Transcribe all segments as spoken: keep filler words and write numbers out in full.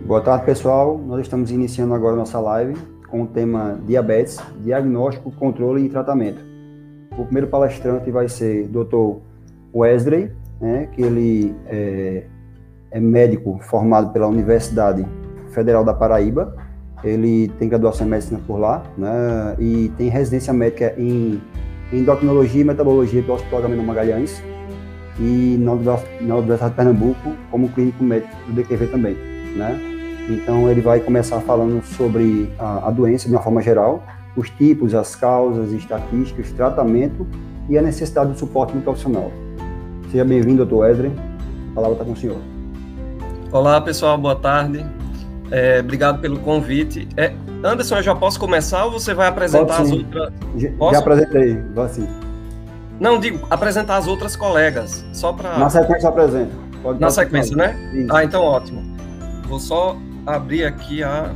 Boa tarde, pessoal. Nós estamos iniciando agora nossa live com o tema diabetes, diagnóstico, controle e tratamento. O primeiro palestrante vai ser o doutor Wesley, né, que ele é, é médico formado pela Universidade Federal da Paraíba. Ele tem graduação em medicina por lá, né, e tem residência médica em endocrinologia e metabologia pelo Hospital Agamenon Magalhães e na Universidade de Pernambuco como clínico médico do D Q V também, né? Então ele vai começar falando sobre a, a doença de uma forma geral, os tipos, as causas, estatísticas, tratamento e a necessidade de suporte no profissional. Seja bem-vindo, doutor Wesley. A palavra está com o senhor. Olá, pessoal. Boa tarde. É, obrigado pelo convite. É, Anderson, eu já posso começar ou você vai apresentar as outras? Já, já apresentei, vou assim. Não, digo, apresentar as outras colegas, só para... Na sequência eu apresento. Pode Na sequência, né? Isso. Ah, então ótimo. Vou só abrir aqui a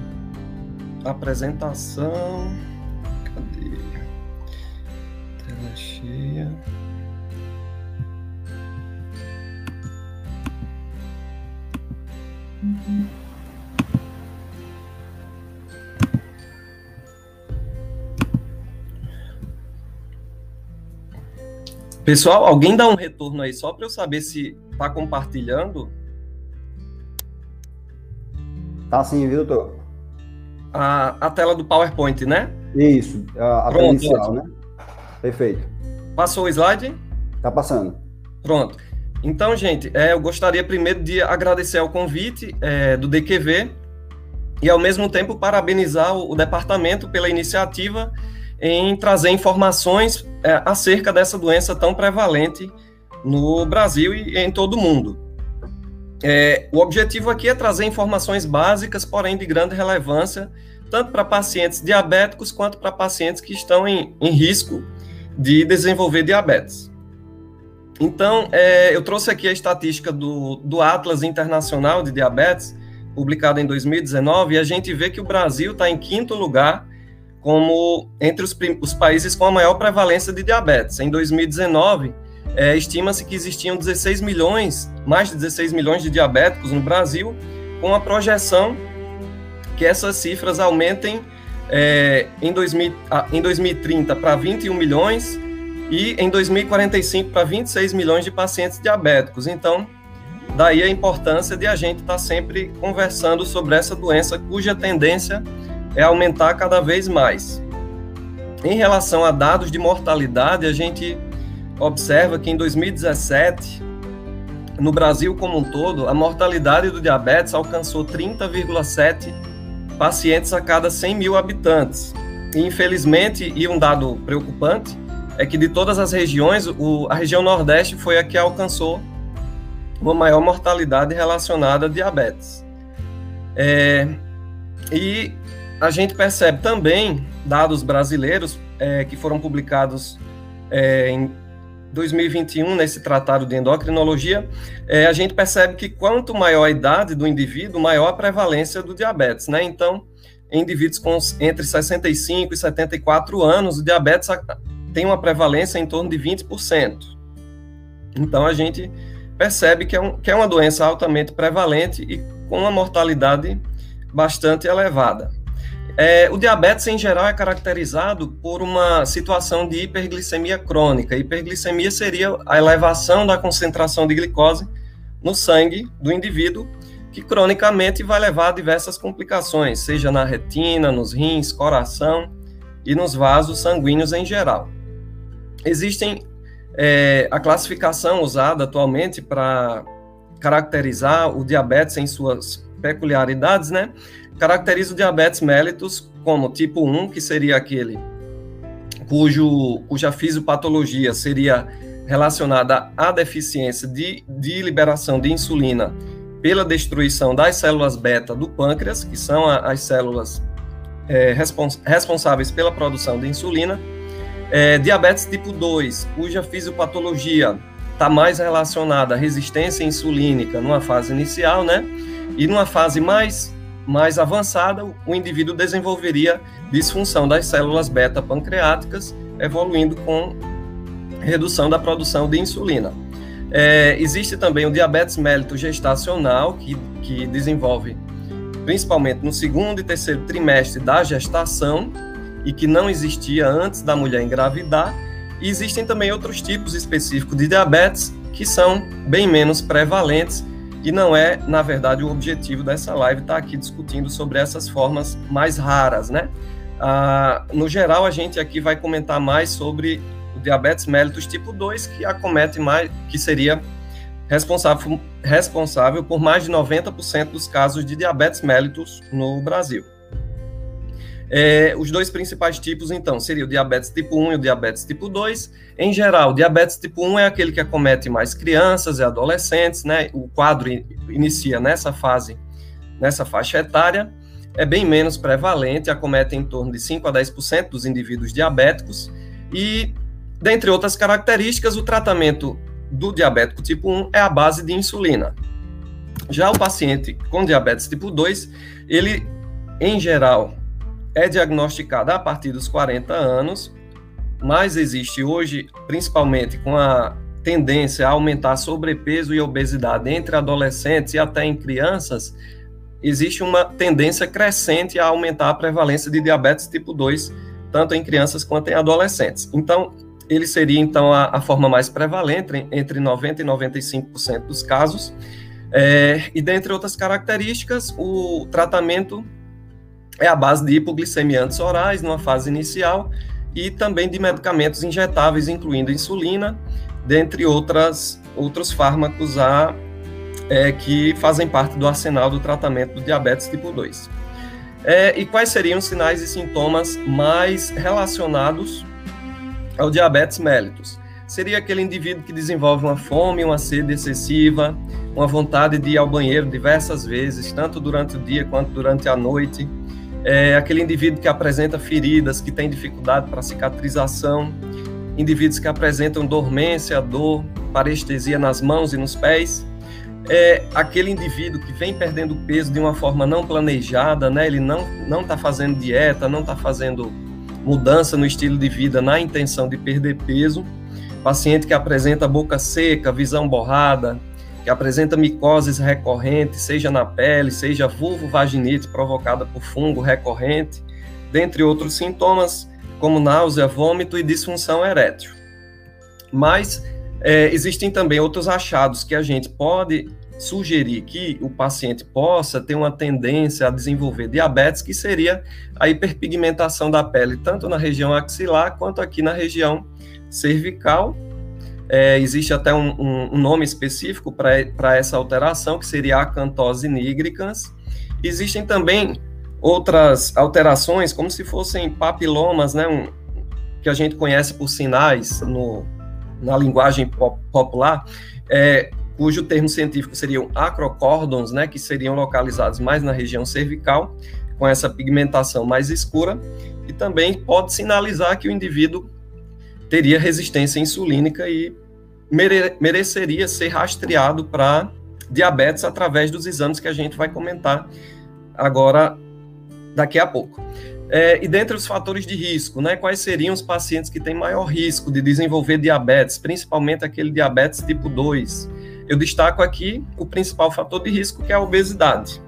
apresentação. Cadê? Tela cheia. Uhum. Pessoal, alguém dá um retorno aí só para eu saber se está compartilhando? Tá sim, viu, doutor? A, a tela do PowerPoint, né? Isso, a, a tela inicial, né? Perfeito. Passou o slide? Tá passando. Pronto. Então, gente, é, eu gostaria primeiro de agradecer ao convite é, do D Q V e, ao mesmo tempo, parabenizar o, o departamento pela iniciativa em trazer informações é, acerca dessa doença tão prevalente no Brasil e em todo o mundo. É, o objetivo aqui é trazer informações básicas, porém de grande relevância, tanto para pacientes diabéticos quanto para pacientes que estão em, em risco de desenvolver diabetes. Então, é, eu trouxe aqui a estatística do, do Atlas Internacional de Diabetes, publicado em dois mil e dezenove, e a gente vê que o Brasil está em quinto lugar como entre os, os países com a maior prevalência de diabetes. Em dois mil e dezenove, é, estima-se que existiam dezesseis milhões, mais de dezesseis milhões de diabéticos no Brasil, com a projeção que essas cifras aumentem é, em, dois mil, em dois mil e trinta para vinte e um milhões e em dois mil e quarenta e cinco para vinte e seis milhões de pacientes diabéticos. Então, daí a importância de a gente estar sempre conversando sobre essa doença cuja tendência é aumentar cada vez mais. Em relação a dados de mortalidade, a gente observa que em dois mil e dezessete, no Brasil como um todo, a mortalidade do diabetes alcançou trinta vírgula sete pacientes a cada cem mil habitantes. E, infelizmente, e um dado preocupante, é que de todas as regiões, o, a região Nordeste foi a que alcançou uma maior mortalidade relacionada a diabetes. É, e a gente percebe também dados brasileiros é, que foram publicados é, em dois mil e vinte e um, nesse tratado de endocrinologia, é, a gente percebe que quanto maior a idade do indivíduo, maior a prevalência do diabetes, né? Então, em indivíduos com entre sessenta e cinco e setenta e quatro anos, o diabetes tem uma prevalência em torno de vinte por cento. Então, a gente percebe que é, um, que é uma doença altamente prevalente e com uma mortalidade bastante elevada. É, o diabetes, em geral, é caracterizado por uma situação de hiperglicemia crônica. Hiperglicemia seria a elevação da concentração de glicose no sangue do indivíduo, que cronicamente vai levar a diversas complicações, seja na retina, nos rins, coração e nos vasos sanguíneos em geral. Existem é, a classificação usada atualmente para caracterizar o diabetes em suas peculiaridades, né? Caracteriza o diabetes mellitus como tipo um, que seria aquele cujo, cuja fisiopatologia seria relacionada à deficiência de, de liberação de insulina pela destruição das células beta do pâncreas, que são a, as células é, respons, responsáveis pela produção de insulina. É, diabetes tipo dois, cuja fisiopatologia está mais relacionada à resistência insulínica numa fase inicial, né? E numa fase mais mais avançada, o indivíduo desenvolveria disfunção das células beta pancreáticas, evoluindo com redução da produção de insulina. É, existe também o diabetes mellitus gestacional, que, que desenvolve principalmente no segundo e terceiro trimestre da gestação, e que não existia antes da mulher engravidar. E existem também outros tipos específicos de diabetes que são bem menos prevalentes, e não é, na verdade, o objetivo dessa live estar aqui discutindo sobre essas formas mais raras, né? Ah, no geral, a gente aqui vai comentar mais sobre o diabetes mellitus tipo dois, que acomete mais, que seria responsável, responsável por mais de noventa por cento dos casos de diabetes mellitus no Brasil. É, os dois principais tipos, então, seriam o diabetes tipo um e o diabetes tipo dois. Em geral, o diabetes tipo um é aquele que acomete mais crianças e adolescentes, né? O quadro inicia nessa fase, nessa faixa etária, é bem menos prevalente, acomete em torno de cinco a dez por cento dos indivíduos diabéticos, e, dentre outras características, o tratamento do diabético tipo um é a base de insulina. Já o paciente com diabetes tipo dois, ele, em geral, é diagnosticada a partir dos quarenta anos, mas existe hoje, principalmente com a tendência a aumentar sobrepeso e obesidade entre adolescentes e até em crianças, existe uma tendência crescente a aumentar a prevalência de diabetes tipo dois, tanto em crianças quanto em adolescentes. Então, ele seria, então, a, a forma mais prevalente, entre noventa por cento e noventa e cinco por cento dos casos, é, e dentre outras características, o tratamento é a base de hipoglicemiantes orais numa fase inicial e também de medicamentos injetáveis, incluindo insulina, dentre outras, outros fármacos a, é, que fazem parte do arsenal do tratamento do diabetes tipo dois. É, e quais seriam os sinais e sintomas mais relacionados ao diabetes mellitus? Seria aquele indivíduo que desenvolve uma fome, uma sede excessiva, uma vontade de ir ao banheiro diversas vezes, tanto durante o dia quanto durante a noite. É aquele indivíduo que apresenta feridas, que tem dificuldade para cicatrização, indivíduos que apresentam dormência, dor, parestesia nas mãos e nos pés. É aquele indivíduo que vem perdendo peso de uma forma não planejada, né? Ele não não está fazendo dieta, não está fazendo mudança no estilo de vida na intenção de perder peso. Paciente que apresenta boca seca, visão borrada, que apresenta micoses recorrente, seja na pele, seja vulvovaginite provocada por fungo recorrente, dentre outros sintomas, como náusea, vômito e disfunção erétil. Mas é, existem também outros achados que a gente pode sugerir que o paciente possa ter uma tendência a desenvolver diabetes, que seria a hiperpigmentação da pele, tanto na região axilar quanto aqui na região cervical. É, existe até um, um, um nome específico para essa alteração, que seria a acantose nigricans. Existem também outras alterações, como se fossem papilomas, né, um, que a gente conhece por sinais no, na linguagem pop, popular, é, cujo termo científico seriam acrocórdons, né, que seriam localizados mais na região cervical, com essa pigmentação mais escura, e também pode sinalizar que o indivíduo teria resistência insulínica e mere mereceria ser rastreado para diabetes através dos exames que a gente vai comentar agora, daqui a pouco. É, e dentre os fatores de risco, né, quais seriam os pacientes que têm maior risco de desenvolver diabetes, principalmente aquele diabetes tipo dois? Eu destaco aqui o principal fator de risco, que é a obesidade.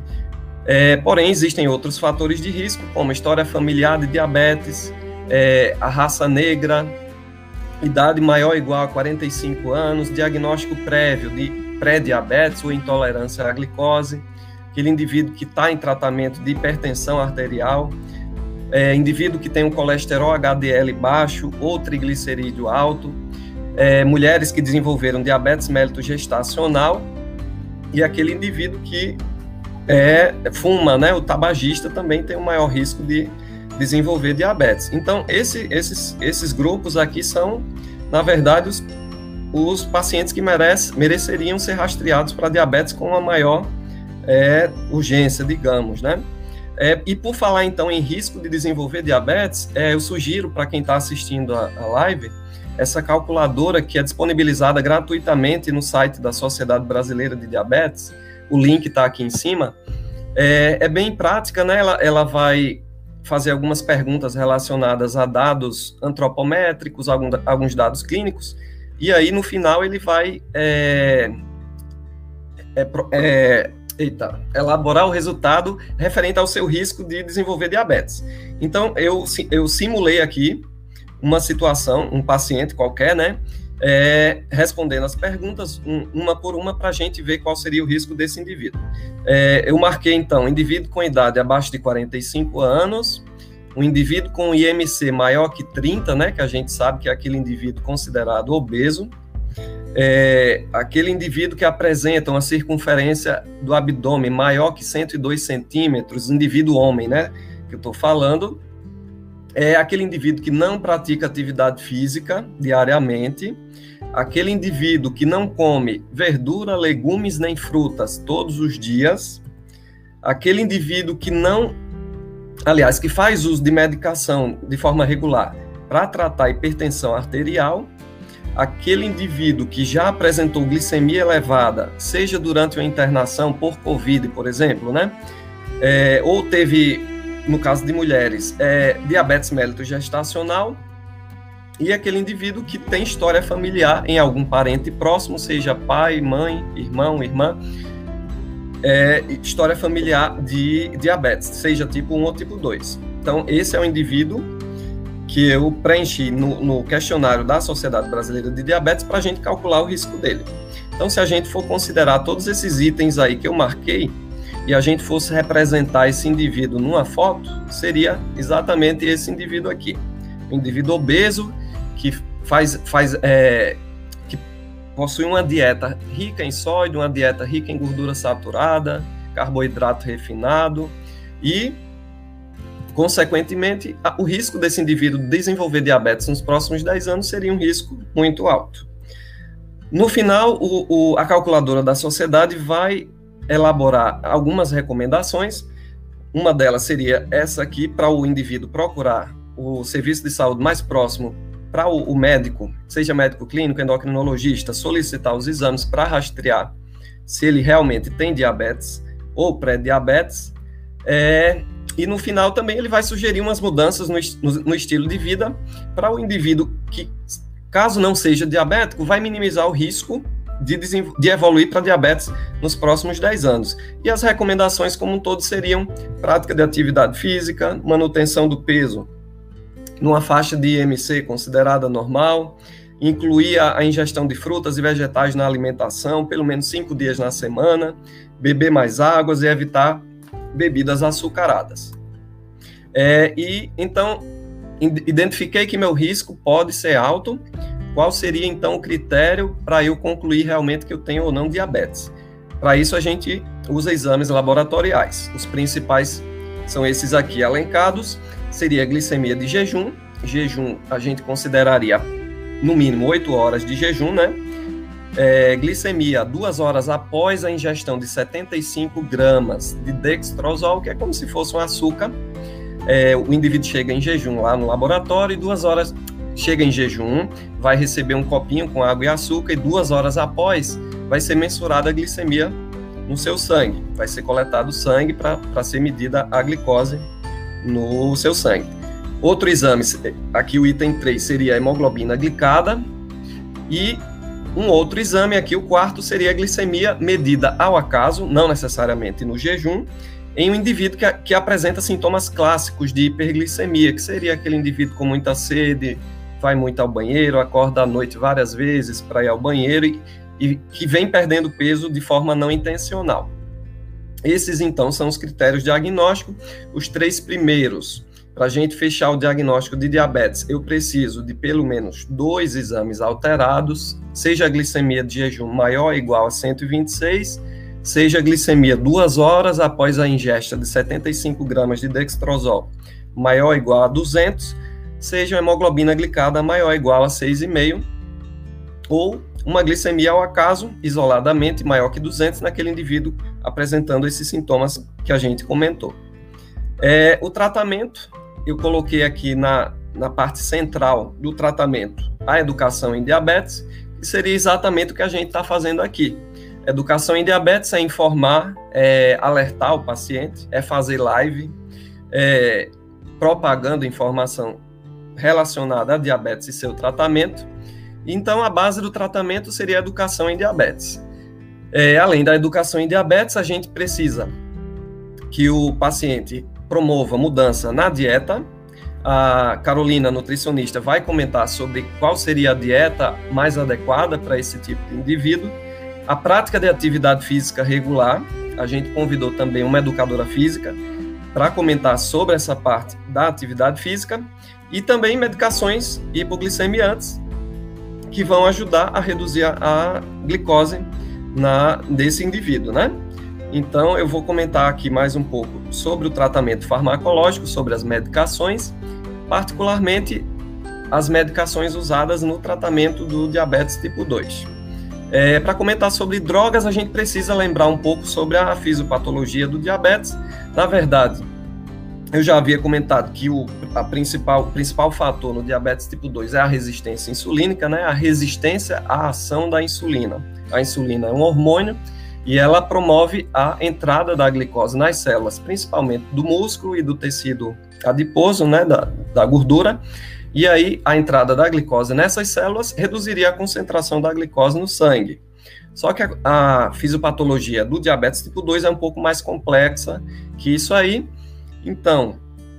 É, porém, existem outros fatores de risco, como história familiar de diabetes, É, a raça negra, idade maior ou igual a quarenta e cinco anos, diagnóstico prévio de pré-diabetes ou intolerância à glicose, aquele indivíduo que está em tratamento de hipertensão arterial, é, indivíduo que tem um colesterol H D L baixo ou triglicerídeo alto, é, mulheres que desenvolveram diabetes mellitus gestacional, e aquele indivíduo que é, fuma, né, o tabagista também tem um maior risco de desenvolver diabetes. Então, esse, esses, esses grupos aqui são, na verdade, os, os pacientes que merece, mereceriam ser rastreados para diabetes com uma maior é, urgência, digamos, né? É, e por falar, então, em risco de desenvolver diabetes, é, eu sugiro para quem está assistindo a, a live, essa calculadora que é disponibilizada gratuitamente no site da Sociedade Brasileira de Diabetes, o link está aqui em cima, é, é bem prática, né? Ela, ela vai fazer algumas perguntas relacionadas a dados antropométricos, alguns dados clínicos, e aí no final ele vai é, é, é, Eita, elaborar o resultado referente ao seu risco de desenvolver diabetes. Então, eu, eu simulei aqui uma situação, um paciente qualquer, né, é, respondendo as perguntas, um, uma por uma, para a gente ver qual seria o risco desse indivíduo. É, eu marquei, então, indivíduo com idade abaixo de quarenta e cinco anos, um indivíduo com I M C maior que trinta, né, que a gente sabe que é aquele indivíduo considerado obeso, é, aquele indivíduo que apresenta uma circunferência do abdômen maior que cento e dois centímetros, indivíduo homem, né, que eu estou falando, é aquele indivíduo que não pratica atividade física diariamente, aquele indivíduo que não come verdura, legumes nem frutas todos os dias, aquele indivíduo que não, aliás, que faz uso de medicação de forma regular para tratar hipertensão arterial, aquele indivíduo que já apresentou glicemia elevada, seja durante uma internação por Covid, por exemplo, né? É, ou teve, no caso de mulheres, é, diabetes mellitus gestacional, e aquele indivíduo que tem história familiar em algum parente próximo, seja pai, mãe, irmão, irmã, é, história familiar de diabetes, seja tipo um ou tipo dois. Então, esse é o indivíduo que eu preenchi no, no questionário da Sociedade Brasileira de Diabetes para a gente calcular o risco dele. Então, se a gente for considerar todos esses itens aí que eu marquei, e a gente fosse representar esse indivíduo numa foto, seria exatamente esse indivíduo aqui. Um indivíduo obeso, que faz, faz, é, que possui uma dieta rica em sódio, uma dieta rica em gordura saturada, carboidrato refinado, e consequentemente, o risco desse indivíduo desenvolver diabetes nos próximos dez anos seria um risco muito alto. No final, o, o, a calculadora da sociedade vai elaborar algumas recomendações. Uma delas seria essa aqui, para o indivíduo procurar o serviço de saúde mais próximo, para o, o médico, seja médico clínico, endocrinologista, solicitar os exames para rastrear se ele realmente tem diabetes ou pré-diabetes. É, E no final também ele vai sugerir umas mudanças no, no, no estilo de vida para o indivíduo que, caso não seja diabético, vai minimizar o risco de, de evoluir para diabetes nos próximos dez anos. E as recomendações como um todo seriam prática de atividade física, manutenção do peso numa faixa de I M C considerada normal, incluir a, a ingestão de frutas e vegetais na alimentação, pelo menos cinco dias na semana, beber mais águas e evitar bebidas açucaradas. É, e então identifiquei que meu risco pode ser alto. Qual seria então o critério para eu concluir realmente que eu tenho ou não diabetes? Para isso a gente usa exames laboratoriais. Os principais são esses aqui elencados. Seria a glicemia de jejum. Jejum a gente consideraria no mínimo oito horas de jejum, né? É, glicemia duas horas após a ingestão de setenta e cinco gramas de dextrosol, que é como se fosse um açúcar. É, o indivíduo chega em jejum lá no laboratório e duas horas chega em jejum, vai receber um copinho com água e açúcar, e duas horas após vai ser mensurada a glicemia no seu sangue. Vai ser coletado sangue para ser medida a glicose no seu sangue. Outro exame, aqui o item três, seria a hemoglobina glicada, e um outro exame aqui, o quarto, seria a glicemia medida ao acaso, não necessariamente no jejum, em um indivíduo que, que apresenta sintomas clássicos de hiperglicemia, que seria aquele indivíduo com muita sede, vai muito ao banheiro, acorda à noite várias vezes para ir ao banheiro e, e que vem perdendo peso de forma não intencional. Esses, então, são os critérios diagnósticos. Os três primeiros, para a gente fechar o diagnóstico de diabetes, eu preciso de pelo menos dois exames alterados, seja a glicemia de jejum maior ou igual a cento e vinte e seis, seja a glicemia duas horas após a ingesta de setenta e cinco gramas de dextrosol maior ou igual a duzentos, seja a hemoglobina glicada maior ou igual a seis vírgula cinco, ou uma glicemia ao acaso, isoladamente, maior que duzentos, naquele indivíduo apresentando esses sintomas que a gente comentou. É, o tratamento, eu coloquei aqui na, na parte central do tratamento a educação em diabetes, que seria exatamente o que a gente está fazendo aqui. Educação em diabetes é informar, é alertar o paciente, é fazer live, é, propagando informação relacionada a diabetes e seu tratamento. Então, a base do tratamento seria a educação em diabetes. É, além da educação em diabetes, a gente precisa que o paciente promova mudança na dieta. A Carolina, nutricionista, vai comentar sobre qual seria a dieta mais adequada para esse tipo de indivíduo. A prática de atividade física regular, a gente convidou também uma educadora física para comentar sobre essa parte da atividade física, e também medicações hipoglicemiantes que vão ajudar a reduzir a, a glicose na, desse indivíduo, né? Então, eu vou comentar aqui mais um pouco sobre o tratamento farmacológico, sobre as medicações, particularmente as medicações usadas no tratamento do diabetes tipo dois. É, para comentar sobre drogas, a gente precisa lembrar um pouco sobre a fisiopatologia do diabetes. Na verdade, eu já havia comentado que o a principal, o principal fator no diabetes tipo dois é a resistência insulínica, né? A resistência à ação da insulina. A insulina é um hormônio e ela promove a entrada da glicose nas células, principalmente do músculo e do tecido adiposo, né? Da, da gordura. E aí, a entrada da glicose nessas células reduziria a concentração da glicose no sangue. Só que a, a fisiopatologia do diabetes tipo dois é um pouco mais complexa que isso aí. Então,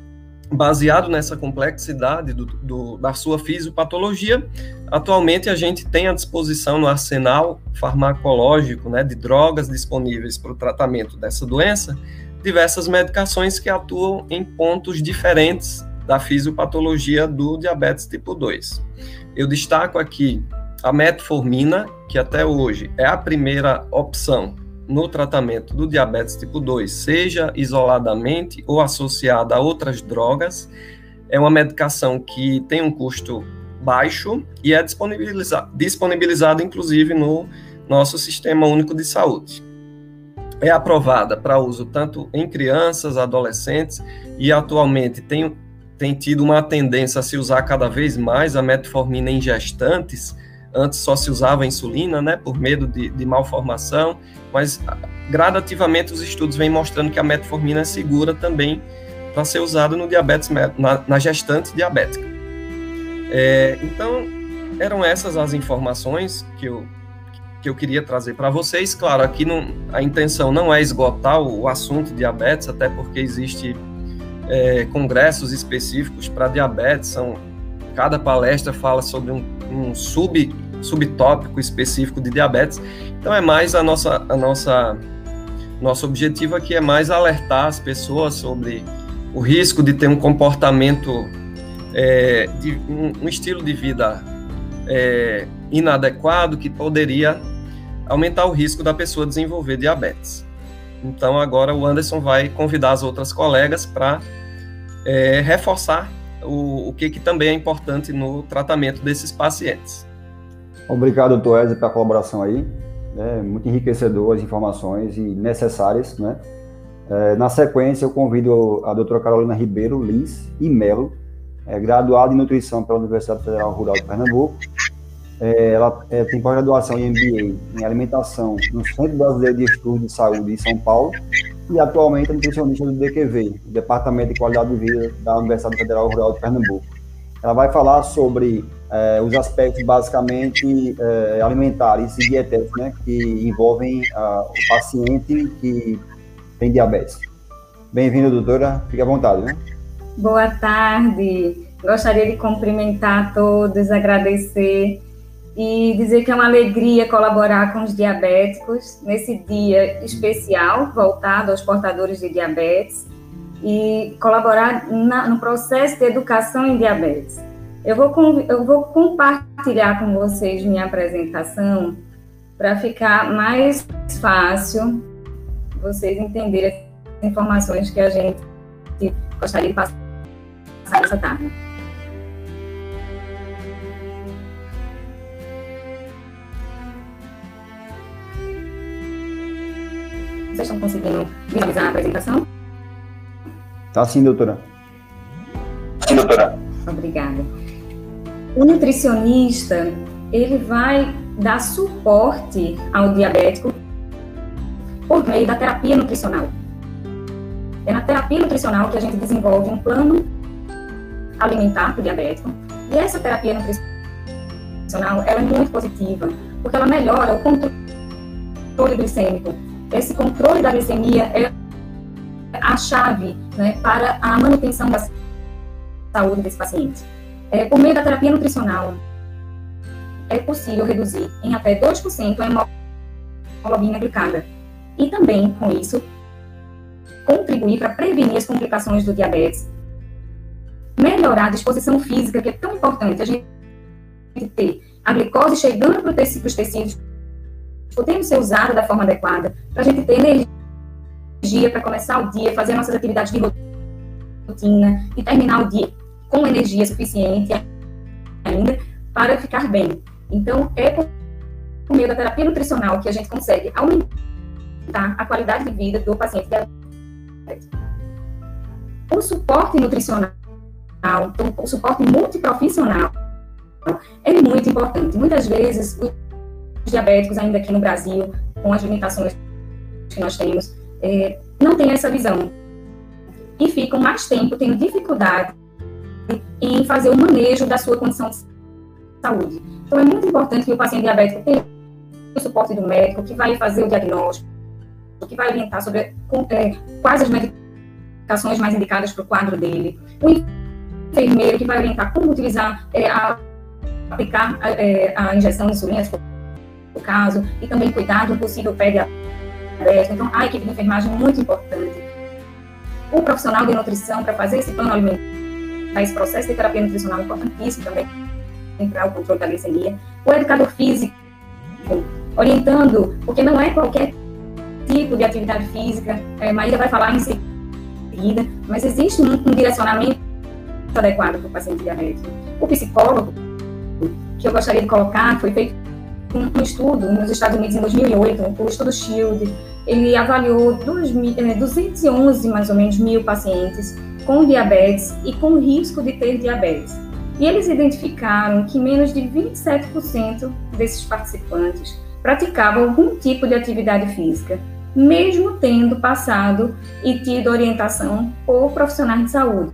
baseado nessa complexidade do, do, da sua fisiopatologia, atualmente a gente tem à disposição no arsenal farmacológico, né, de drogas disponíveis para o tratamento dessa doença, diversas medicações que atuam em pontos diferentes da fisiopatologia do diabetes tipo dois. Eu destaco aqui a metformina, que até hoje é a primeira opção no tratamento do diabetes tipo dois, seja isoladamente ou associada a outras drogas. É uma medicação que tem um custo baixo e é disponibilizada, disponibilizada inclusive no nosso Sistema Único de Saúde. É aprovada para uso tanto em crianças, adolescentes, e atualmente tem, tem tido uma tendência a se usar cada vez mais a metformina em gestantes. Antes só se usava a insulina, né, por medo de, de malformação, mas gradativamente os estudos vêm mostrando que a metformina é segura também para ser usada no diabetes, na, na gestante diabética. É, então, eram essas as informações que eu, que eu queria trazer para vocês. Claro, aqui não, a intenção não é esgotar o, o assunto diabetes, até porque existe é, congressos específicos para diabetes, são, cada palestra fala sobre um, um sub, subtópico específico de diabetes. Então é mais a nossa, a nossa, nosso objetivo aqui é mais alertar as pessoas sobre o risco de ter um comportamento, é, de, um, um estilo de vida é, inadequado que poderia aumentar o risco da pessoa desenvolver diabetes. Então agora o Anderson vai convidar as outras colegas para é, reforçar o, o que, que também é importante no tratamento desses pacientes. Obrigado, doutor Wesley, pela colaboração aí. É muito enriquecedor as informações e necessárias, né? É, na sequência, eu convido a doutora Carolina Ribeiro Lins e Melo, é, graduada em nutrição pela Universidade Federal Rural de Pernambuco. É, ela é, tem pós-graduação em M B A em alimentação no Centro Brasileiro de Estudos de Saúde em São Paulo e atualmente é nutricionista do D Q V, Departamento de Qualidade de Vida da Universidade Federal Rural de Pernambuco. Ela vai falar sobre é, os aspectos basicamente é, alimentares e dietéticos, né, que envolvem a, o paciente que tem diabetes. Bem-vinda, doutora. Fique à vontade, né? Boa tarde. Gostaria de cumprimentar a todos, agradecer e dizer que é uma alegria colaborar com os diabéticos nesse dia especial voltado aos portadores de diabetes e colaborar na, no processo de educação em diabetes. Eu vou, eu vou compartilhar com vocês minha apresentação para ficar mais fácil vocês entenderem as informações que a gente gostaria de passar essa tarde. Vocês estão conseguindo visualizar a apresentação? Tá sim, doutora. Sim, doutora. Obrigada. O nutricionista, ele vai dar suporte ao diabético por meio da terapia nutricional. É na terapia nutricional que a gente desenvolve um plano alimentar para o diabético. E essa terapia nutricional, ela é muito positiva, porque ela melhora o controle controle glicêmico. Esse controle da glicemia é a chave, né, para a manutenção da saúde desse paciente. É, por meio da terapia nutricional, é possível reduzir em até dois por cento a hemoglobina glicada. E também, com isso, contribuir para prevenir as complicações do diabetes, melhorar a disposição física, que é tão importante, a gente ter a glicose chegando para os tecidos, podendo ser usada da forma adequada, para a gente ter energia para começar o dia, fazer nossas atividades de rotina e terminar o dia com energia suficiente ainda para ficar bem. Então, é por meio da terapia nutricional que a gente consegue aumentar a qualidade de vida do paciente diabético. O suporte nutricional, então, o suporte multiprofissional é muito importante. Muitas vezes, os diabéticos, ainda aqui no Brasil, com as limitações que nós temos, é, não têm essa visão e ficam mais tempo tendo dificuldade em fazer o manejo da sua condição de saúde. Então, é muito importante que o paciente diabético tenha o suporte do médico, que vai fazer o diagnóstico, que vai orientar sobre é, quais as medicações mais indicadas para o quadro dele, o enfermeiro que vai orientar como utilizar, é, a, aplicar a, é, a injeção de insulina, se for o caso, e também cuidar do possível pé diabético. Então, a equipe de enfermagem é muito importante. O profissional de nutrição para fazer esse plano alimentar, esse processo de terapia nutricional é importantíssimo também para o controle da glicemia. O educador físico, orientando, porque não é qualquer tipo de atividade física, é, Maíra vai falar em seguida, mas existe um, um direcionamento adequado para o paciente diabético. O psicólogo, que eu gostaria de colocar, foi feito um, um estudo nos Estados Unidos em dois mil e oito, o estudo SHIELD. Ele avaliou duzentos e onze, mais ou menos, mil pacientes com diabetes e com risco de ter diabetes. E eles identificaram que menos de vinte e sete por cento desses participantes praticavam algum tipo de atividade física, mesmo tendo passado e tido orientação por profissionais de saúde.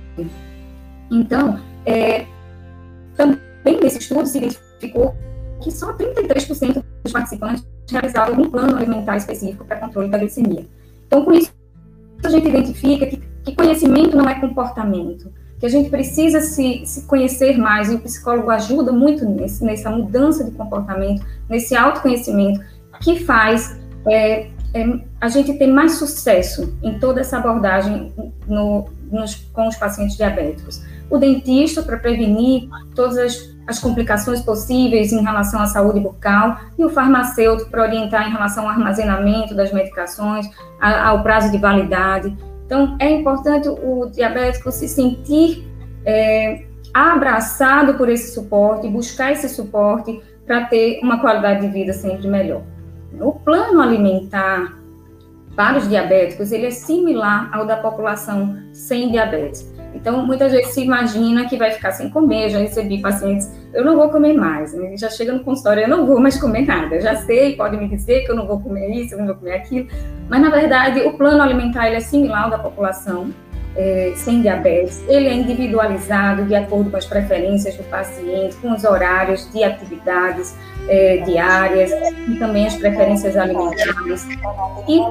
Então, é, também nesse estudo se identificou que só trinta e três por cento dos participantes realizavam algum plano alimentar específico para controle da glicemia. Então, com isso, a gente identifica que, que conhecimento não é comportamento, que a gente precisa se, se conhecer mais, e o psicólogo ajuda muito nesse, nessa mudança de comportamento, nesse autoconhecimento, que faz é, é, a gente ter mais sucesso em toda essa abordagem no, nos, com os pacientes diabéticos. O dentista para prevenir todas as, as complicações possíveis em relação à saúde bucal, e o farmacêutico para orientar em relação ao armazenamento das medicações, a, ao prazo de validade. Então, é importante o diabético se sentir é, abraçado por esse suporte, buscar esse suporte para ter uma qualidade de vida sempre melhor. O plano alimentar para os diabéticos, ele é similar ao da população sem diabetes. Então, muitas vezes se imagina que vai ficar sem comer. Eu já recebi pacientes, eu não vou comer mais, né? Já chega no consultório, eu não vou mais comer nada. Eu já sei, pode me dizer que eu não vou comer isso, eu não vou comer aquilo. Mas, na verdade, o plano alimentar ele é similar ao da população é, sem diabetes. Ele é individualizado de acordo com as preferências do paciente, com os horários de atividades é, diárias e também as preferências alimentares. E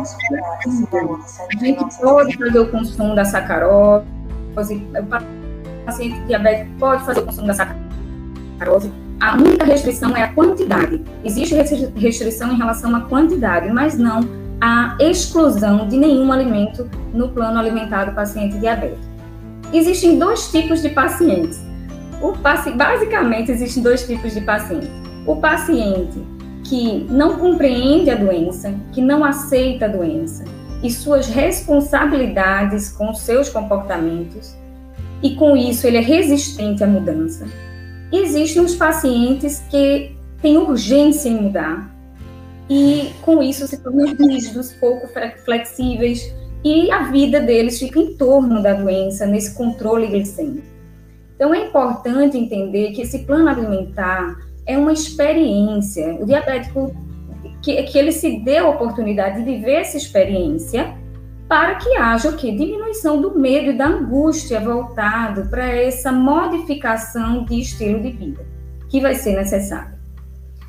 a gente pode fazer o consumo da sacarose. O paciente diabético pode fazer o consumo da sacarose. A única restrição é a quantidade. Existe restrição em relação à quantidade, mas não a exclusão de nenhum alimento no plano alimentar do paciente diabético. Existem dois tipos de pacientes. O paci... Basicamente, existem dois tipos de pacientes. O paciente que não compreende a doença, que não aceita a doença e suas responsabilidades com seus comportamentos, e com isso ele é resistente à mudança. Existem os pacientes que têm urgência em mudar, e com isso se tornam rígidos, pouco flexíveis, e a vida deles fica em torno da doença, nesse controle glicêmico. Então é importante entender que esse plano alimentar é uma experiência. O diabético, que, que ele se dê a oportunidade de viver essa experiência para que haja o quê? Diminuição do medo e da angústia voltado para essa modificação de estilo de vida, que vai ser necessária.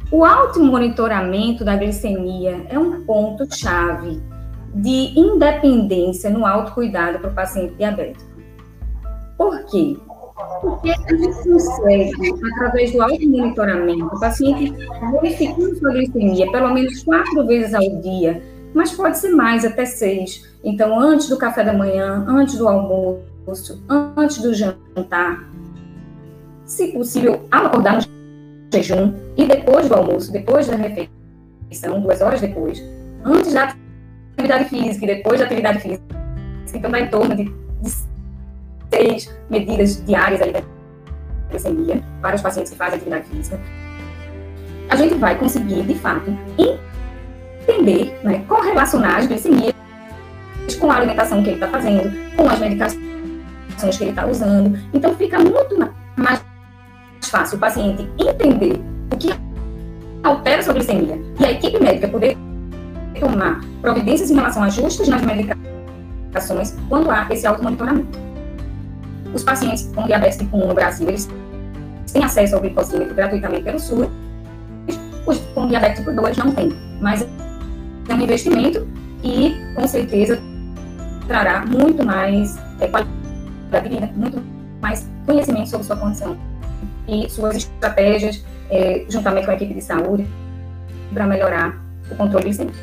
O automonitoramento da glicemia é um ponto-chave de independência no autocuidado para o paciente diabético. Por quê? Porque a gente consegue, através do automonitoramento, o paciente verificando sua glicemia pelo menos quatro vezes ao dia, mas pode ser mais, até seis. Então, antes do café da manhã, antes do almoço, antes do jantar, se possível, ao acordar no jejum e depois do almoço, depois da refeição, duas horas depois, antes da atividade física e depois da atividade física. Então, dá em torno de, de seis medidas diárias aí da glicemia para os pacientes que fazem atividade física. A gente vai conseguir, de fato, entender, né, correlacionar as glicemias com a alimentação que ele está fazendo, com as medicações que ele está usando. Então, fica muito mais fácil o paciente entender o que altera sua glicemia e a equipe médica poder tomar providências em relação a ajustes nas medicações quando há esse automonitoramento. Os pacientes com diabetes tipo um no Brasil, eles têm acesso ao glicosímetro gratuitamente pelo SUS. Os com diabetes tipo dois não têm, mas é um investimento e, com certeza, trará muito mais é, qualidade de vida, muito mais conhecimento sobre sua condição e suas estratégias, é, juntamente com a equipe de saúde, para melhorar o controle glicêmico.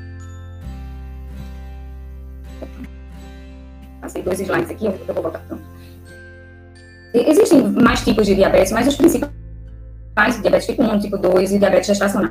Passei dois slides aqui, eu vou voltar. Então. Existem mais tipos de diabetes, mas os principais, diabetes tipo um, tipo dois e diabetes gestacional.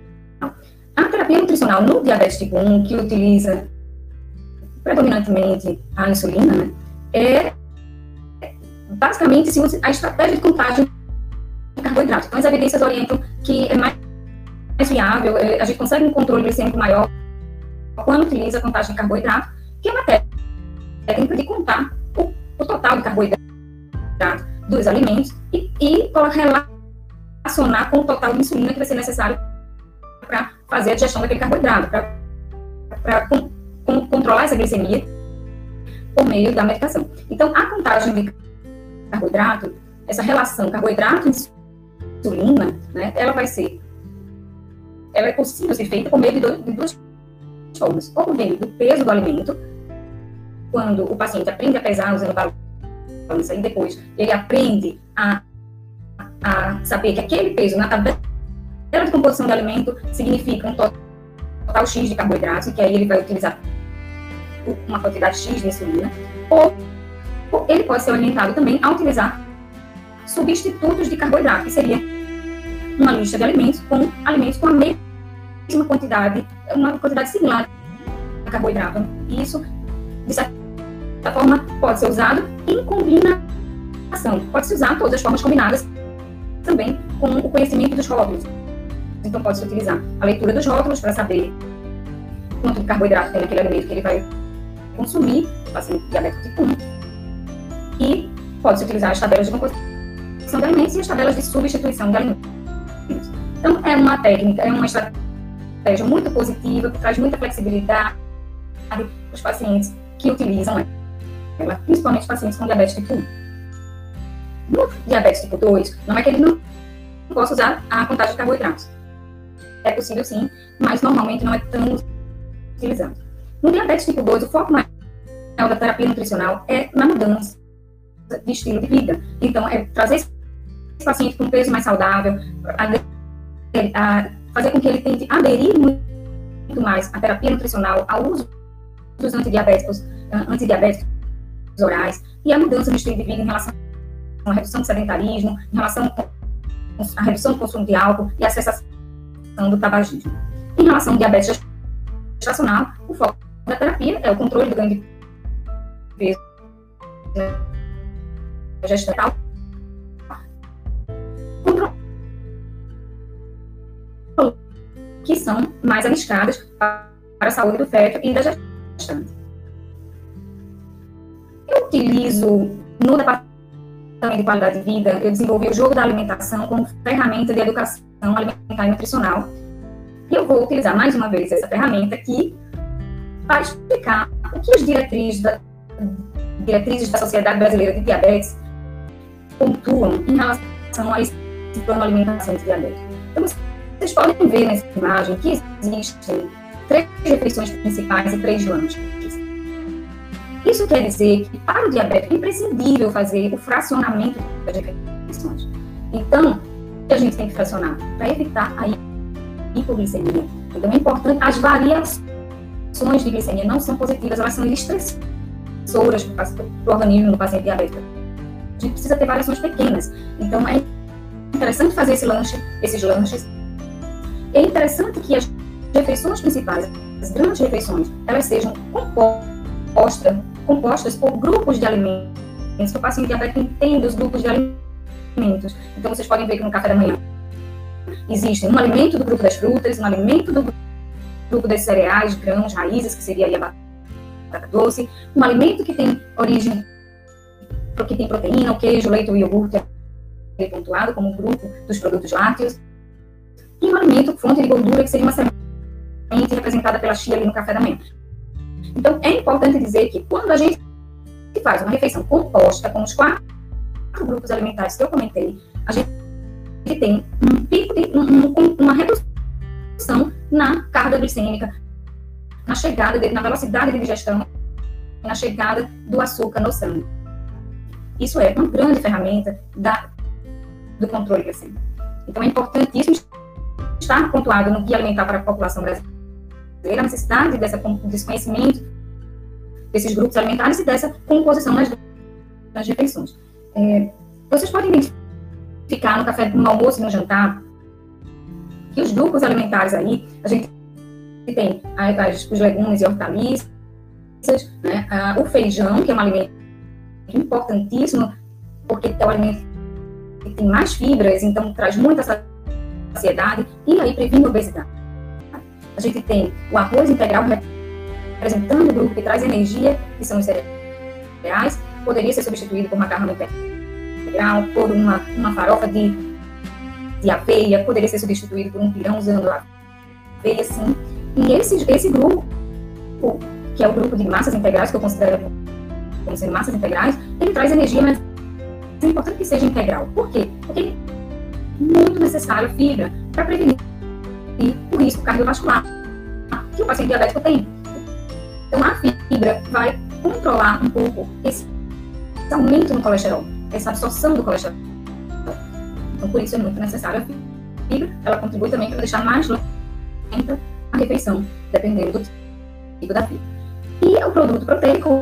A terapia nutricional no diabetes tipo um, que utiliza predominantemente a insulina, né, é basicamente se usa a estratégia de contagem de carboidrato. Então, as evidências orientam que é mais, mais viável, é, a gente consegue um controle glicêmico maior quando utiliza a contagem de carboidrato, que é uma técnica de contar o, o total de carboidrato dos alimentos e, e relacionar com o total de insulina que vai ser necessário para fazer a digestão daquele carboidrato, para com, com, controlar essa glicemia por meio da medicação. Então, a contagem de carboidrato, essa relação carboidrato e insulina, né, ela vai ser, ela é possível ser feita por meio de, dois, de duas formas, ou por meio do peso do alimento, quando o paciente aprende a pesar usando balança e depois ele aprende a, a saber que aquele peso na tabela de composição de alimento significa um total X de carboidratos, e que aí ele vai utilizar uma quantidade X de insulina, ou, ou ele pode ser orientado também a utilizar substitutos de carboidrato, que seria uma lista de alimentos com alimentos com a mesma quantidade, uma quantidade similar de carboidrato. E isso, de certa forma, pode ser usado em combinação. Pode-se usar todas as formas combinadas também com o conhecimento dos rótulos. Então, pode-se utilizar a leitura dos rótulos para saber quanto de carboidrato tem naquele alimento que ele vai consumir, o paciente diabético tipo um. E pode-se utilizar as tabelas de composição de alimentos e as tabelas de substituição de alimentos. Então, é uma técnica, é uma estratégia muito positiva, que traz muita flexibilidade para os pacientes que utilizam ela, principalmente os pacientes com diabetes tipo um. No diabetes tipo dois, não é que ele não possa usar a contagem de carboidratos. É possível sim, mas normalmente não é tão utilizado. No diabetes tipo dois, o foco maior da terapia nutricional é na mudança de estilo de vida. Então, é trazer esse paciente com um peso mais saudável, a, a fazer com que ele tente aderir muito mais à terapia nutricional, ao uso dos antidiabéticos, antidiabéticos orais, e a mudança no estilo de vida em relação à redução do sedentarismo, em relação à redução do consumo de álcool e a cessação do tabagismo. Em relação ao diabetes gestacional, o foco da terapia é o controle do ganho de peso, né, gestacional, que são mais arriscadas para a saúde do feto e da gestante. Eu utilizo, no departamento de qualidade de vida, eu desenvolvi o jogo da alimentação como ferramenta de educação alimentar e nutricional. E eu vou utilizar mais uma vez essa ferramenta aqui para explicar o que as diretrizes da, diretrizes da Sociedade Brasileira de Diabetes pontuam em relação a esse plano de alimentação de diabetes. Então, vocês podem ver nessa imagem que existem três refeições principais e três lanches. Isso quer dizer que para o diabético é imprescindível fazer o fracionamento das refeições. Então, o que a gente tem que fracionar? Para evitar a hipoglicemia. Então, é importante, as variações de glicemia não são positivas, elas são estressoras para o organismo do paciente diabético. A gente precisa ter variações pequenas. Então, é interessante fazer esse lanche, esses lanches. É interessante que as refeições principais, as grandes refeições, elas sejam compostas, compostas por grupos de alimentos, que o paciente diabético entenda os grupos de alimentos. Então, vocês podem ver que no café da manhã existe um alimento do grupo das frutas, um alimento do grupo das cereais, grãos, raízes, que seria aí a batata doce, um alimento que tem origem, que tem proteína, o queijo, o leite, o iogurte, é pontuado como um grupo dos produtos lácteos, e um alimento, fonte de gordura, que seria uma semente representada pela chia ali no café da manhã. Então, é importante dizer que quando a gente faz uma refeição composta com os quatro grupos alimentares que eu comentei, a gente tem um pico de, um, uma redução na carga glicêmica, na chegada, de, na velocidade de digestão, na chegada do açúcar no sangue. Isso é uma grande ferramenta da, do controle glicêmico. Então, é importantíssimo estar pontuado no Guia Alimentar para a População Brasileira a necessidade dessa, desse conhecimento desses grupos alimentares e dessa composição nas, nas refeições. É, vocês podem identificar no café, no almoço e no jantar que os grupos alimentares aí, a gente tem as, os legumes e hortaliças, né, a, o feijão, que é um alimento importantíssimo, porque é o alimento que tem mais fibras, então traz muita saciedade e aí previne a obesidade. A gente tem o arroz integral representando o grupo que traz energia, que são os cereais, poderia ser substituído por macarrão integral, por uma, uma farofa de, de aveia, poderia ser substituído por um pirão usando a aveia, sim. E esse, esse grupo, que é o grupo de massas integrais, que eu considero como sendo massas integrais, ele traz energia, mas é importante que seja integral. Por quê? Porque é muito necessário fibra para prevenir o risco cardiovascular que o paciente diabético tem. Então, a fibra vai controlar um pouco esse aumento no colesterol, essa absorção do colesterol. Então, por isso é muito necessário a fibra. Ela contribui também para deixar mais lenta a refeição, dependendo do tipo da fibra. E o produto proteico,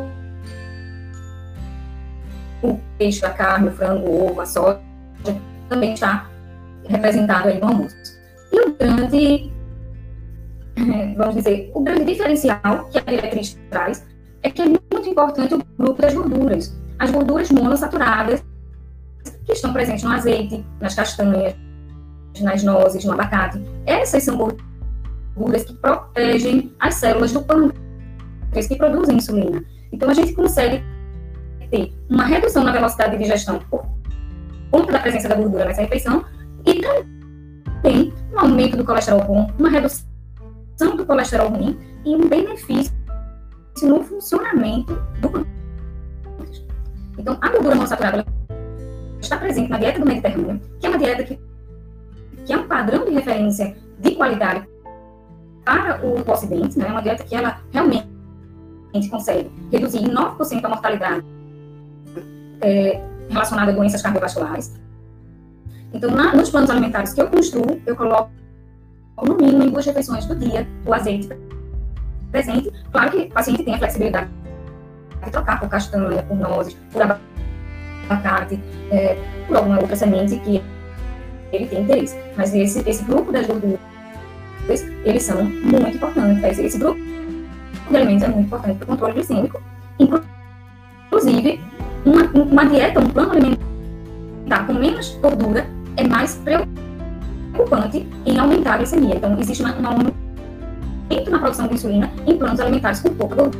o peixe, a carne, o frango, o ovo, a soja, também está representado aí no almoço. E o grande, vamos dizer, o grande diferencial que a diretriz traz é que é muito importante o grupo das gorduras. As gorduras monossaturadas que estão presentes no azeite, nas castanhas, nas nozes, no abacate. Essas são gorduras que protegem as células do pâncreas, que produzem insulina. Então, a gente consegue ter uma redução na velocidade de digestão por conta da presença da gordura nessa refeição e também um aumento do colesterol bom, uma redução do colesterol ruim e um benefício no funcionamento do pâncreas. Então, a gordura monosaturada está presente na dieta do Mediterrâneo, que é uma dieta que, que é um padrão de referência de qualidade para o Ocidente, né? É uma dieta que ela realmente consegue reduzir em nove por cento a mortalidade é, relacionada a doenças cardiovasculares. Então, na, nos planos alimentares que eu construo, eu coloco no mínimo em duas refeições do dia o azeite presente. Claro que o paciente tem a flexibilidade de trocar por castanha, por nozes, por abacate, é, por alguma outra semente que ele tem interesse. Mas esse, esse grupo das gorduras, eles são muito importantes. Esse grupo de alimentos é muito importante para o controle glicêmico. Inclusive, uma, uma dieta, um plano alimentar com menos gordura é mais preocupante em aumentar a glicemia. Então, existe uma, um aumento na produção de insulina em planos alimentares com pouca gordura.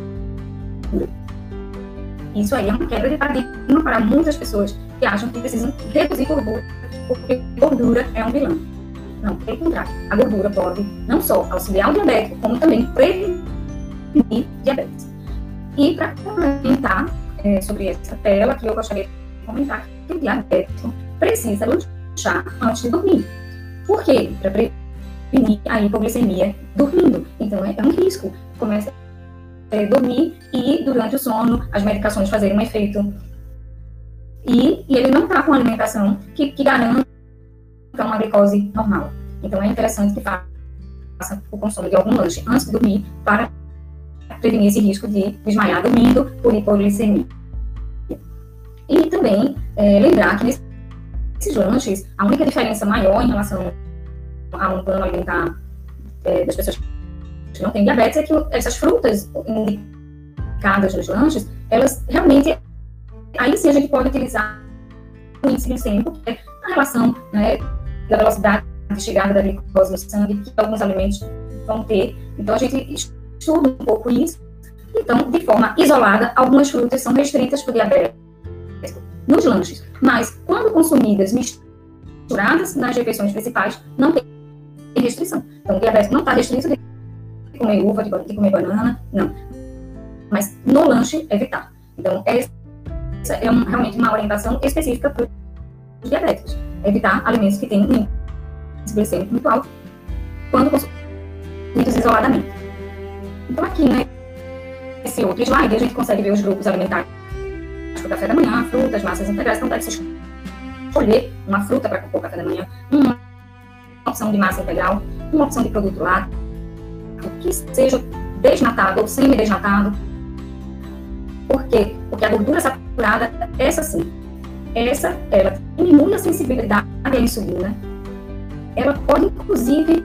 Isso aí é uma quebra de paradigma para muitas pessoas que acham que precisam reduzir gordura, porque gordura é um vilão. Não, pelo contrário, a gordura pode não só auxiliar o diabético, como também prevenir diabetes. E para comentar é, sobre essa tela, que eu gostaria de comentar que o diabético precisa lanchar antes de dormir. Por quê? Para prevenir a hipoglicemia dormindo. Então, é, é um risco. Começa a dormir e, durante o sono, as medicações fazerem um efeito. E, e ele não está com alimentação que, que garanta uma glicose normal. Então, é interessante que faça o consumo de algum lanche antes de dormir para prevenir esse risco de desmaiar dormindo por hipoglicemia. E também é, lembrar que nesses lanches, a única diferença maior em relação a um plano alimentar é, das pessoas que não têm diabetes é que essas frutas indicadas nos lanches, elas realmente, aí sim a gente pode utilizar o índice glicêmico, que é a relação, né, da velocidade de chegada da glicose no sangue, que alguns alimentos vão ter. Então a gente estuda um pouco isso. Então, de forma isolada, algumas frutas são restritas para o diabético nos lanches, mas quando consumidas misturadas nas refeições principais, não tem restrição. Então, o diabético não está restrito de comer uva, de comer banana, não. Mas no lanche, evitar. Então, essa é um, realmente uma orientação específica para os diabéticos. Evitar alimentos que têm um índice glicêmico muito alto quando consumidos isoladamente. Então, aqui, né, esse outro slide, a gente consegue ver os grupos alimentares para o café da manhã, frutas, massas integrais. Então, deve-se escolher uma fruta para compor o café da manhã, uma opção de massa integral, uma opção de produto lácteo, que seja desnatado ou semi-desnatado. Por quê? Porque a gordura saturada, essa sim, essa, ela diminui a sensibilidade à insulina. Ela pode, inclusive,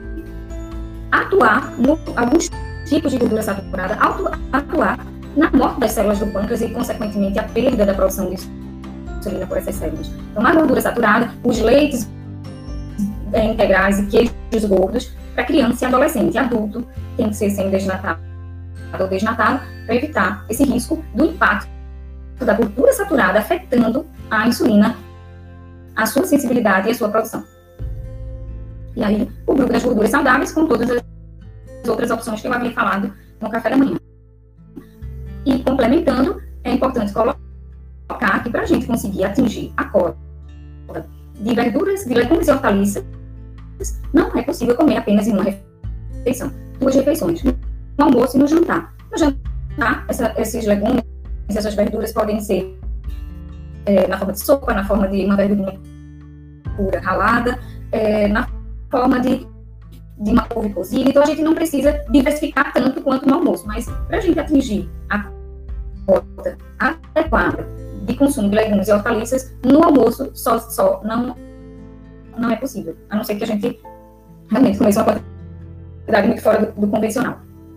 atuar em alguns tipos de gordura saturada, atuar na morte das células do pâncreas e, consequentemente, a perda da produção de insulina por essas células. Então, a gordura saturada, os leites é, integrais e queijos gordos, para criança e adolescente. E adulto tem que ser semi-desnatado ou desnatado para evitar esse risco do impacto da gordura saturada afetando a insulina, a sua sensibilidade e a sua produção. E aí, o grupo das gorduras saudáveis, com todas as outras opções que eu havia falado no café da manhã. E, complementando, é importante colocar que para a gente conseguir atingir a cota de verduras, de legumes e hortaliças, não é possível comer apenas em uma refeição, duas refeições, no almoço e no jantar. No jantar, essa, esses legumes, essas verduras podem ser é, na forma de sopa, na forma de uma verdura pura ralada, é, na forma de, de uma couve cozida. Então, a gente não precisa diversificar tanto quanto no almoço, mas para a gente atingir a cota adequada de consumo de legumes e hortaliças, no almoço só, só não, não é possível, a não ser que a gente realmente comece uma quantidade muito fora do, do convencional.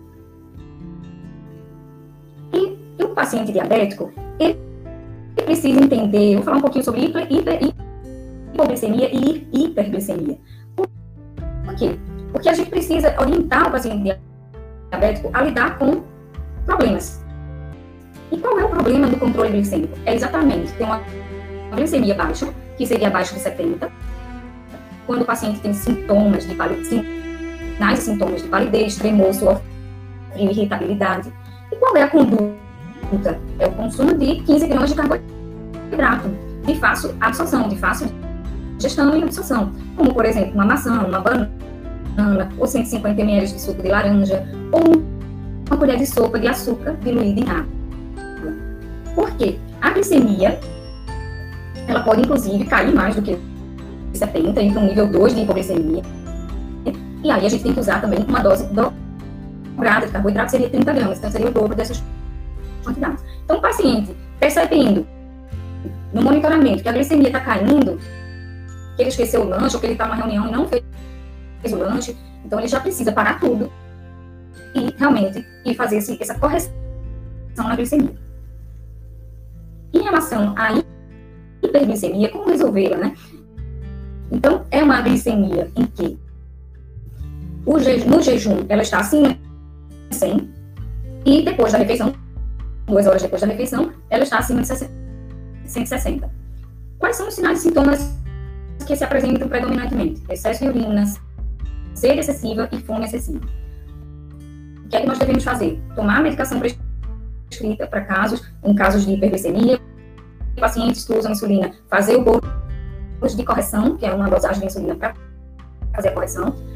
E, e o paciente diabético, ele precisa entender, eu vou falar um pouquinho sobre hiper, hiper, hipoglicemia e hiperglicemia. Por quê? Porque a gente precisa orientar o paciente diabético a lidar com problemas. E qual é o problema do controle glicêmico? É exatamente ter uma glicemia baixa, que seria abaixo de setenta, quando o paciente tem sintomas de palidez, sinais e sintomas de palidez, tremor, suor frio, irritabilidade. E qual é a conduta? É o consumo de quinze gramas de carboidrato, de fácil absorção, de fácil digestão e absorção, como, por exemplo, uma maçã, uma banana, ou cento e cinquenta mililitros de suco de laranja, ou uma colher de sopa de açúcar diluída em água. Por quê? A glicemia, ela pode, inclusive, cair mais do que setenta, então nível dois de hipoglicemia. E aí a gente tem que usar também uma dose dobrada de carboidrato, seria trinta gramas, então seria o dobro dessas quantidades. Então, o paciente percebendo no monitoramento que a glicemia está caindo, que ele esqueceu o lanche, ou que ele está numa reunião e não fez o lanche, então ele já precisa parar tudo e realmente e fazer esse, essa correção na glicemia. Em relação à hiperglicemia, como resolvê-la, né? Então, é uma glicemia em que o je, no jejum ela está acima de cem e depois da refeição, duas horas depois da refeição, ela está acima de cento e sessenta. Quais são os sinais e sintomas que se apresentam predominantemente? Excesso de urina, sede excessiva e fome excessiva. O que é que nós devemos fazer? Tomar a medicação prescrita para casos, em casos de hiperglicemia, pacientes que usam insulina, fazer o bolo de correção, que é uma dosagem de insulina para fazer a correção,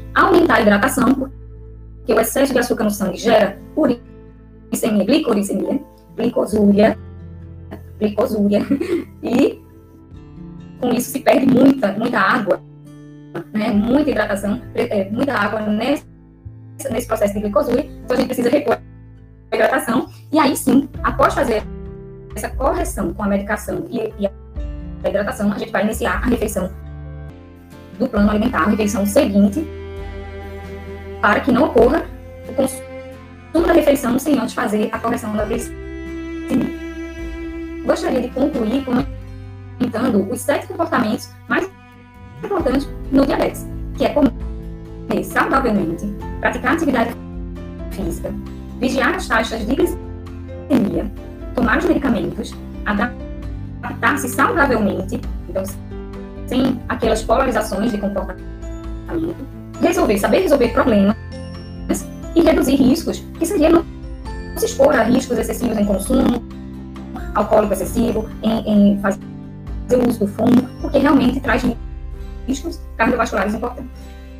aumentar a hidratação, porque o excesso de açúcar no sangue gera uricemia, glicoricemia, glicosúria, glicosúria, e com isso se perde muita, muita água, né, muita hidratação, muita água nesse, nesse processo de glicosúria, então a gente precisa repor a hidratação, e aí sim, após fazer essa correção com a medicação e, e a hidratação, a gente vai iniciar a refeição do plano alimentar, a refeição seguinte, para que não ocorra o consumo da refeição sem antes fazer a correção da glicemia. Gostaria de concluir comentando os sete comportamentos mais importantes no diabetes, que é comer saudavelmente, praticar atividade física, vigiar as taxas de glicemia, tomar os medicamentos, adaptar-se saudavelmente, então, sem aquelas polarizações de comportamento, resolver, saber resolver problemas e reduzir riscos, que seria não se expor a riscos excessivos em consumo, alcoólico excessivo, em, em fazer o uso do fumo, porque realmente traz riscos cardiovasculares importantes.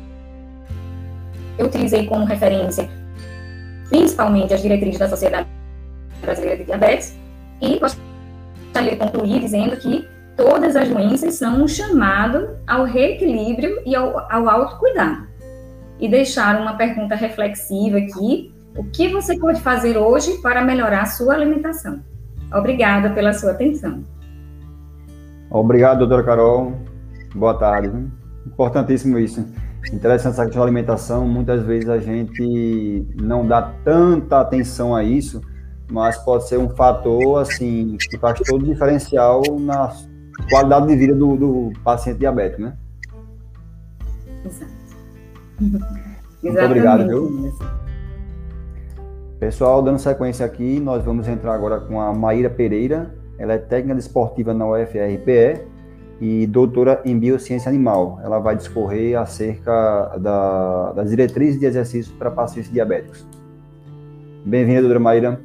Eu utilizei como referência principalmente as diretrizes da Sociedade Brasileira de Diabetes e gostaria de concluir dizendo que todas as doenças são um chamado ao reequilíbrio e ao, ao autocuidado. E deixar uma pergunta reflexiva aqui: o que você pode fazer hoje para melhorar a sua alimentação? Obrigada pela sua atenção. Obrigado, doutora Carol. Boa tarde. Importantíssimo isso. Interessante essa questão da alimentação. Muitas vezes a gente não dá tanta atenção a isso, mas pode ser um fator assim que faz todo o diferencial na qualidade de vida do, do paciente diabético, né? Exato. Muito obrigado, viu? Pessoal, dando sequência aqui, nós vamos entrar agora com a Maíra Pereira. Ela é técnica desportiva na U F R P E e doutora em biociência animal. Ela vai discorrer acerca da, das diretrizes de exercício para pacientes diabéticos. Bem-vinda, doutora Maíra.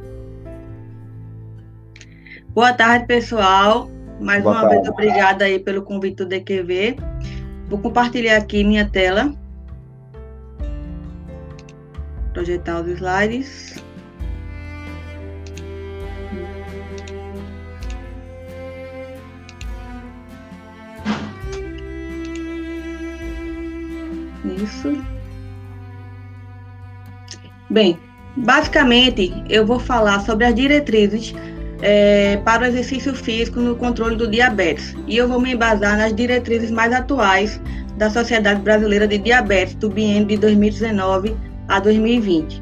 Boa tarde, pessoal. Mais Boa uma tarde. vez, obrigada aí pelo convite do D Q V. Vou compartilhar aqui minha tela. Projetar os slides. Isso. Bem, basicamente, eu vou falar sobre as diretrizes é, para o exercício físico no controle do diabetes. E eu vou me embasar nas diretrizes mais atuais da Sociedade Brasileira de Diabetes, do biênio de dois mil e dezenove a dois mil e vinte.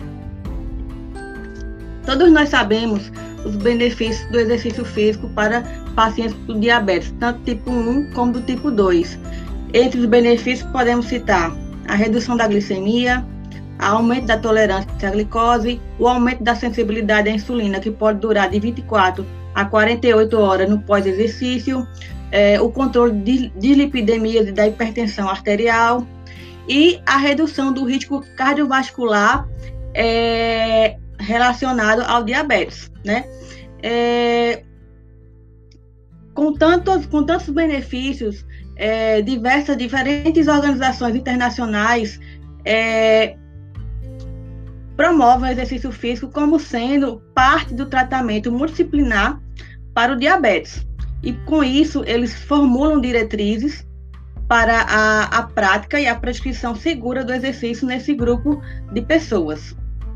Todos nós sabemos os benefícios do exercício físico para pacientes com diabetes, tanto tipo um como do tipo dois. Entre os benefícios podemos citar a redução da glicemia, o aumento da tolerância à glicose, o aumento da sensibilidade à insulina, que pode durar de vinte e quatro a quarenta e oito horas no pós-exercício, é, o controle de dislipidemia e da hipertensão arterial e a redução do risco cardiovascular é, relacionado ao diabetes, né? É, com, tantos, com tantos benefícios, é, diversas, diferentes organizações internacionais é, promovem o exercício físico como sendo parte do tratamento multidisciplinar para o diabetes. E, com isso, eles formulam diretrizes para a, a prática e a prescrição segura do exercício nesse grupo de pessoas.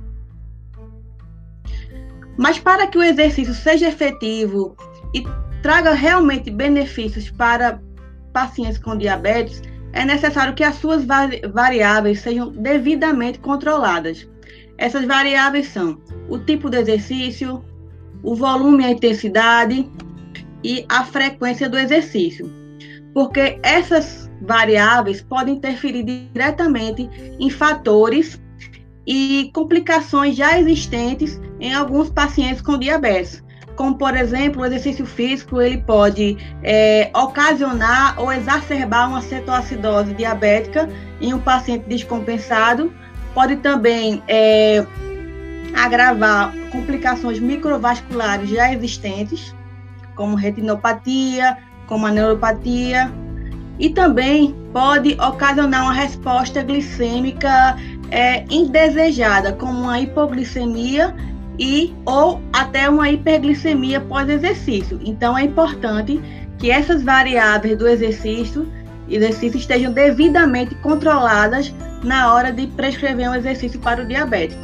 Mas, para que o exercício seja efetivo e traga realmente benefícios para pacientes com diabetes, é necessário que as suas vari- variáveis sejam devidamente controladas. Essas variáveis são o tipo de exercício, o volume e a intensidade e a frequência do exercício, porque essas variáveis podem interferir diretamente em fatores e complicações já existentes em alguns pacientes com diabetes, como, por exemplo, o exercício físico ele pode é, ocasionar ou exacerbar uma cetoacidose diabética em um paciente descompensado, pode também é, agravar complicações microvasculares já existentes, como retinopatia, como a neuropatia, e também pode ocasionar uma resposta glicêmica é, indesejada, como uma hipoglicemia e ou até uma hiperglicemia pós-exercício. Então, é importante que essas variáveis do exercício, exercício estejam devidamente controladas na hora de prescrever um exercício para o diabético.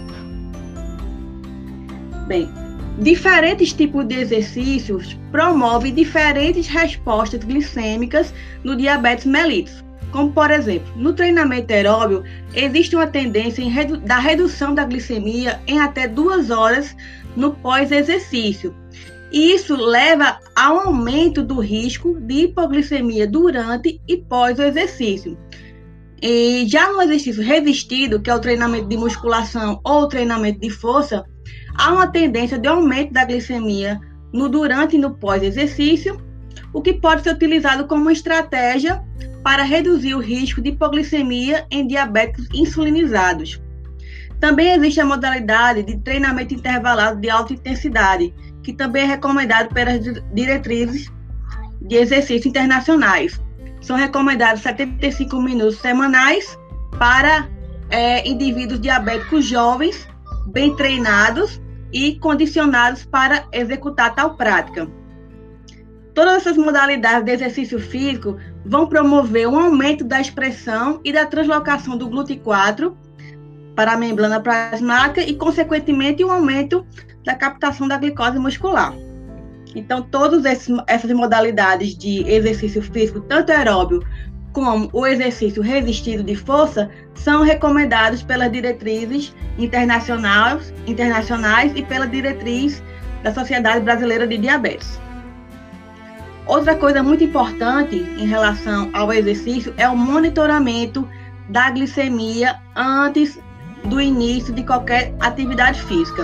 Bem, diferentes tipos de exercícios promovem diferentes respostas glicêmicas no diabetes mellitus. Como, por exemplo, no treinamento aeróbio, existe uma tendência em redu- da redução da glicemia em até duas horas no pós-exercício. E isso leva ao aumento do risco de hipoglicemia durante e pós o exercício. E já no exercício resistido, que é o treinamento de musculação ou treinamento de força, há uma tendência de aumento da glicemia no durante e no pós-exercício, o que pode ser utilizado como uma estratégia para reduzir o risco de hipoglicemia em diabéticos insulinizados. Também existe a modalidade de treinamento intervalado de alta intensidade, que também é recomendado pelas diretrizes de exercícios internacionais. São recomendados setenta e cinco minutos semanais para é, indivíduos diabéticos jovens, bem treinados e condicionados para executar tal prática. Todas essas modalidades de exercício físico vão promover um aumento da expressão e da translocação do glúten quatro para a membrana plasmática e, consequentemente, um aumento da captação da glicose muscular. Então, todas essas modalidades de exercício físico, tanto aeróbio como o exercício resistido de força, são recomendados pelas diretrizes internacionais, internacionais e pela diretriz da Sociedade Brasileira de Diabetes. Outra coisa muito importante em relação ao exercício é o monitoramento da glicemia antes do início de qualquer atividade física.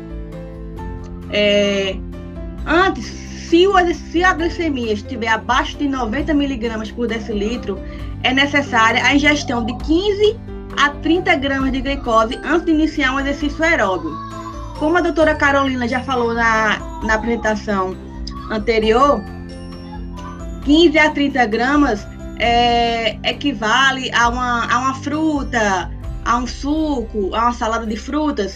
É, antes, se, o, se a glicemia estiver abaixo de noventa miligramas por decilitro, é necessária a ingestão de quinze a trinta gramas de glicose antes de iniciar um exercício aeróbio. Como a doutora Carolina já falou na, na apresentação anterior, quinze a trinta gramas é, equivale a uma, a uma fruta, a um suco, a uma salada de frutas.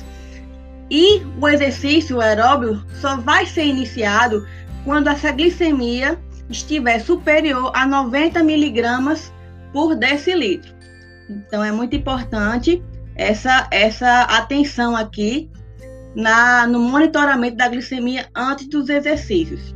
E o exercício aeróbio só vai ser iniciado quando essa glicemia estiver superior a noventa miligramas por decilitro. Então, é muito importante essa, essa atenção aqui na, no monitoramento da glicemia antes dos exercícios.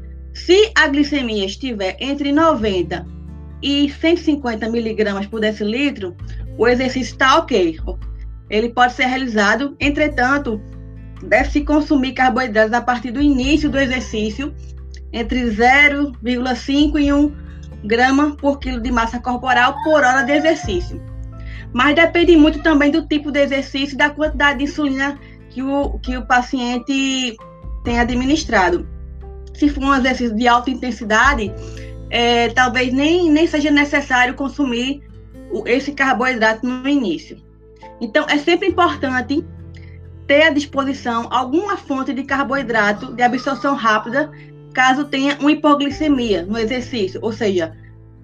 Se a glicemia estiver entre noventa e cento e cinquenta miligramas por decilitro, o exercício está ok. Ele pode ser realizado, entretanto, deve-se consumir carboidratos a partir do início do exercício, entre zero vírgula cinco e um grama por quilo de massa corporal por hora de exercício. Mas depende muito também do tipo de exercício e da quantidade de insulina que o, que o paciente tem administrado. Se for um exercício de alta intensidade, é, talvez nem, nem seja necessário consumir esse carboidrato no início. Então, é sempre importante ter à disposição alguma fonte de carboidrato de absorção rápida, caso tenha uma hipoglicemia no exercício, ou seja,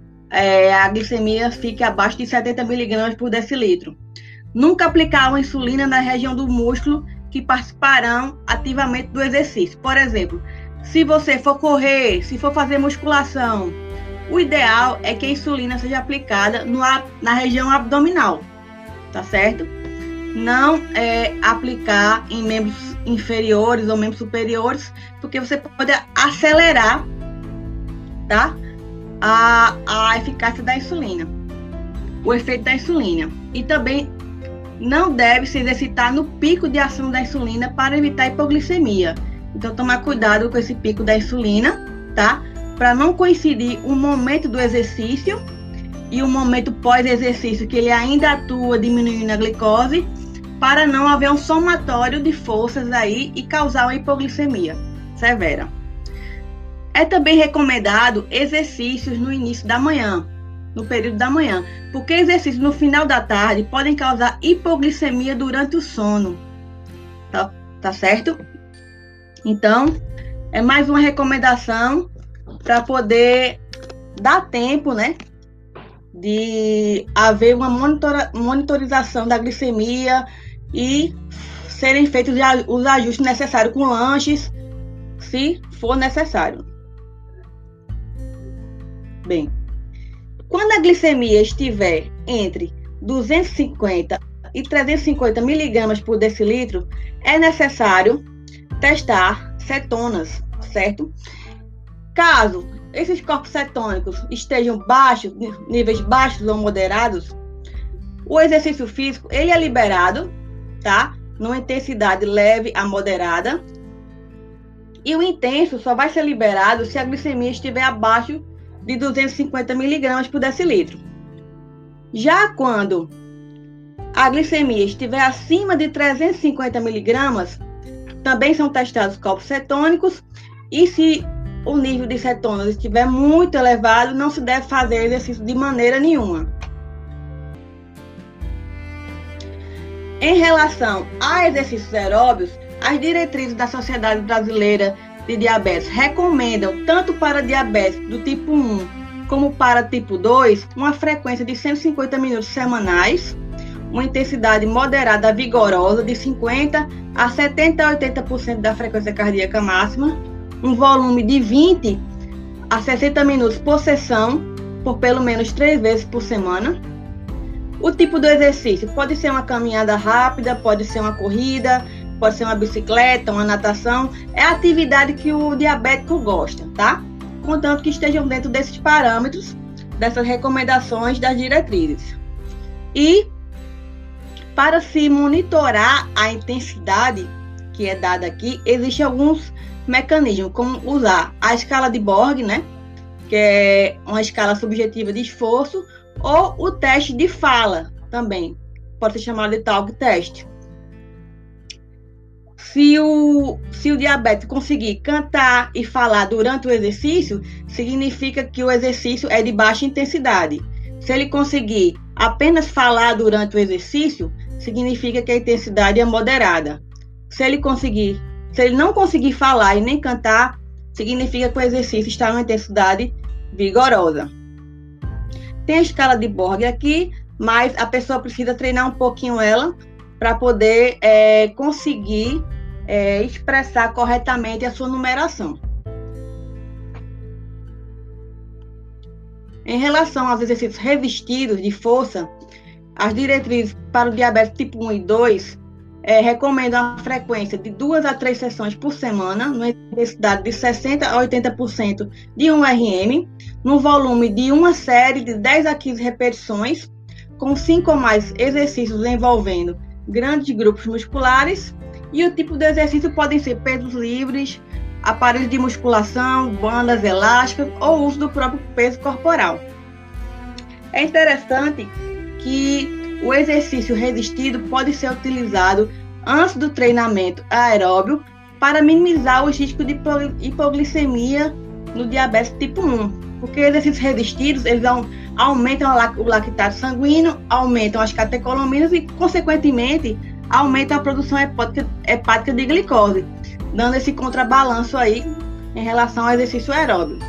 é, a glicemia fique abaixo de setenta miligramas por decilitro. Nunca aplicar uma insulina na região do músculo que participarão ativamente do exercício. Por exemplo, se você for correr, se for fazer musculação, o ideal é que a insulina seja aplicada no, na região abdominal, tá certo? Não é, aplicar em membros inferiores ou membros superiores, porque você pode acelerar, tá? a, a eficácia da insulina, o efeito da insulina. E também não deve se exercitar no pico de ação da insulina para evitar hipoglicemia. Então, tomar cuidado com esse pico da insulina, tá? Para não coincidir o momento do exercício e o momento pós-exercício, que ele ainda atua diminuindo a glicose, para não haver um somatório de forças aí e causar uma hipoglicemia severa. É também recomendado exercícios no início da manhã, no período da manhã, porque exercícios no final da tarde podem causar hipoglicemia durante o sono, tá, tá certo? Então, é mais uma recomendação para poder dar tempo, né, de haver uma monitora, monitorização da glicemia e serem feitos os ajustes necessários com lanches, se for necessário. Bem, quando a glicemia estiver entre duzentos e cinquenta e trezentos e cinquenta miligramas por decilitro, é necessário testar cetonas, certo? Caso esses corpos cetônicos estejam baixos, níveis baixos ou moderados, o exercício físico ele é liberado, tá? Numa intensidade leve a moderada. E o intenso só vai ser liberado se a glicemia estiver abaixo de duzentos e cinquenta miligramas por decilitro. Já quando a glicemia estiver acima de trezentos e cinquenta miligramas, também são testados corpos cetônicos, e se o nível de cetonas estiver muito elevado, não se deve fazer exercício de maneira nenhuma. Em relação a exercícios aeróbios, as diretrizes da Sociedade Brasileira de Diabetes recomendam, tanto para diabetes do tipo um como para tipo dois, uma frequência de cento e cinquenta minutos semanais, uma intensidade moderada vigorosa de cinquenta a setenta a oitenta por cento da frequência cardíaca máxima, um volume de vinte a sessenta minutos por sessão, por pelo menos três vezes por semana. O tipo do exercício pode ser uma caminhada rápida, pode ser uma corrida, pode ser uma bicicleta, uma natação. É a atividade que o diabético gosta, tá? Contanto que estejam dentro desses parâmetros, dessas recomendações das diretrizes. E para se monitorar a intensidade que é dada aqui, existem alguns mecanismos, como usar a escala de Borg, né? Que é uma escala subjetiva de esforço, ou o teste de fala também, pode ser chamado de talk test. Se o, se o diabético conseguir cantar e falar durante o exercício, significa que o exercício é de baixa intensidade. Se ele conseguir apenas falar durante o exercício, significa que a intensidade é moderada. Se ele conseguir, se ele não conseguir falar e nem cantar, significa que o exercício está numa intensidade vigorosa. Tem a escala de Borg aqui, mas a pessoa precisa treinar um pouquinho ela para poder é, conseguir é, expressar corretamente a sua numeração. Em relação aos exercícios resistidos de força, as diretrizes para o diabetes tipo um e dois é, recomendam a frequência de duas a três sessões por semana, numa intensidade de sessenta a oitenta por cento de um R M, no volume de uma série de dez a quinze repetições, com cinco ou mais exercícios envolvendo grandes grupos musculares, e o tipo de exercício podem ser pesos livres, aparelhos de musculação, bandas elásticas ou uso do próprio peso corporal. É interessante que o exercício resistido pode ser utilizado antes do treinamento aeróbio para minimizar o risco de hipoglicemia no diabetes tipo um, porque exercícios resistidos eles aumentam o lactato sanguíneo, aumentam as catecolaminas e, consequentemente, aumentam a produção hepática, hepática de glicose, dando esse contrabalanço aí em relação ao exercício aeróbio.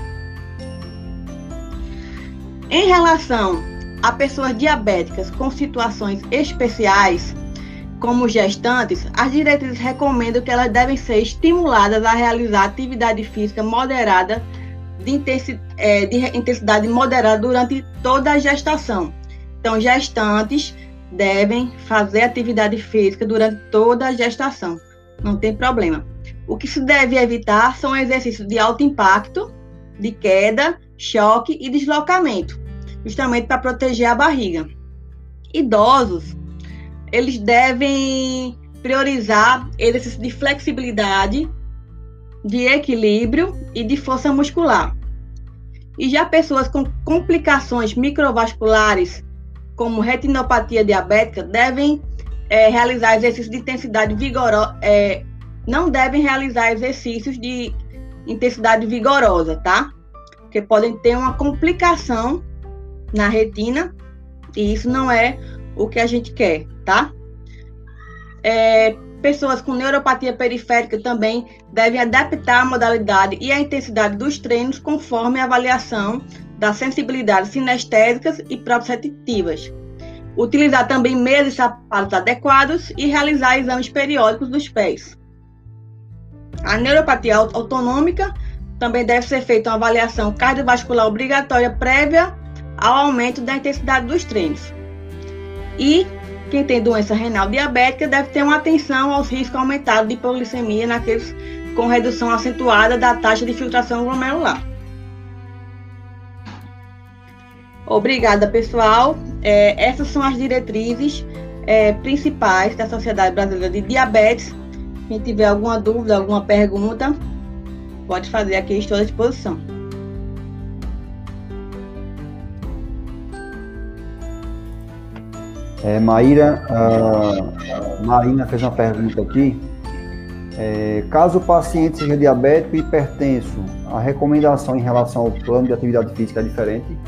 Em relação a pessoas diabéticas com situações especiais, como gestantes, as diretrizes recomendam que elas devem ser estimuladas a realizar atividade física moderada de intensidade, é, de intensidade moderada durante toda a gestação. Então, gestantes devem fazer atividade física durante toda a gestação, não tem problema. O que se deve evitar são exercícios de alto impacto, de queda, choque e deslocamento, justamente para proteger a barriga. Idosos, eles devem priorizar exercícios de flexibilidade, de equilíbrio e de força muscular. E já pessoas com complicações microvasculares, como retinopatia diabética, devem é, realizar exercícios de intensidade vigorosa, é, não devem realizar exercícios de intensidade vigorosa, tá? Porque podem ter uma complicação na retina, e isso não é o que a gente quer, tá? É, pessoas com neuropatia periférica também devem adaptar a modalidade e a intensidade dos treinos conforme a avaliação das sensibilidades sinestésicas e proprioceptivas. Utilizar também meias e sapatos adequados e realizar exames periódicos dos pés. A neuropatia autonômica também deve ser feita uma avaliação cardiovascular obrigatória prévia ao aumento da intensidade dos treinos. E quem tem doença renal diabética deve ter uma atenção aos riscos aumentados de hipoglicemia naqueles com redução acentuada da taxa de filtração glomerular. Obrigada, pessoal. É, essas são as diretrizes é, principais da Sociedade Brasileira de Diabetes. Quem tiver alguma dúvida, alguma pergunta, pode fazer aqui, estou à disposição. É, Maíra, a Marina fez uma pergunta aqui. É, caso o paciente seja diabético e hipertenso, a recomendação em relação ao plano de atividade física é diferente?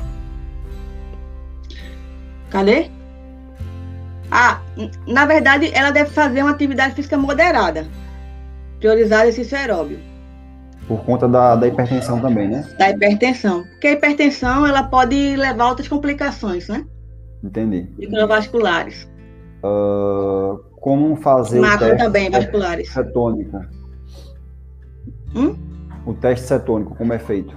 Cadê? Ah, na verdade, ela deve fazer uma atividade física moderada. Priorizar exercício aeróbio. Por conta da, da hipertensão também, né? Da hipertensão. Porque a hipertensão, ela pode levar a outras complicações, né? Entendi. Microvasculares. Uh, como fazer Macro o teste também, vasculares. cetônico? Hum? O teste cetônico, como é feito?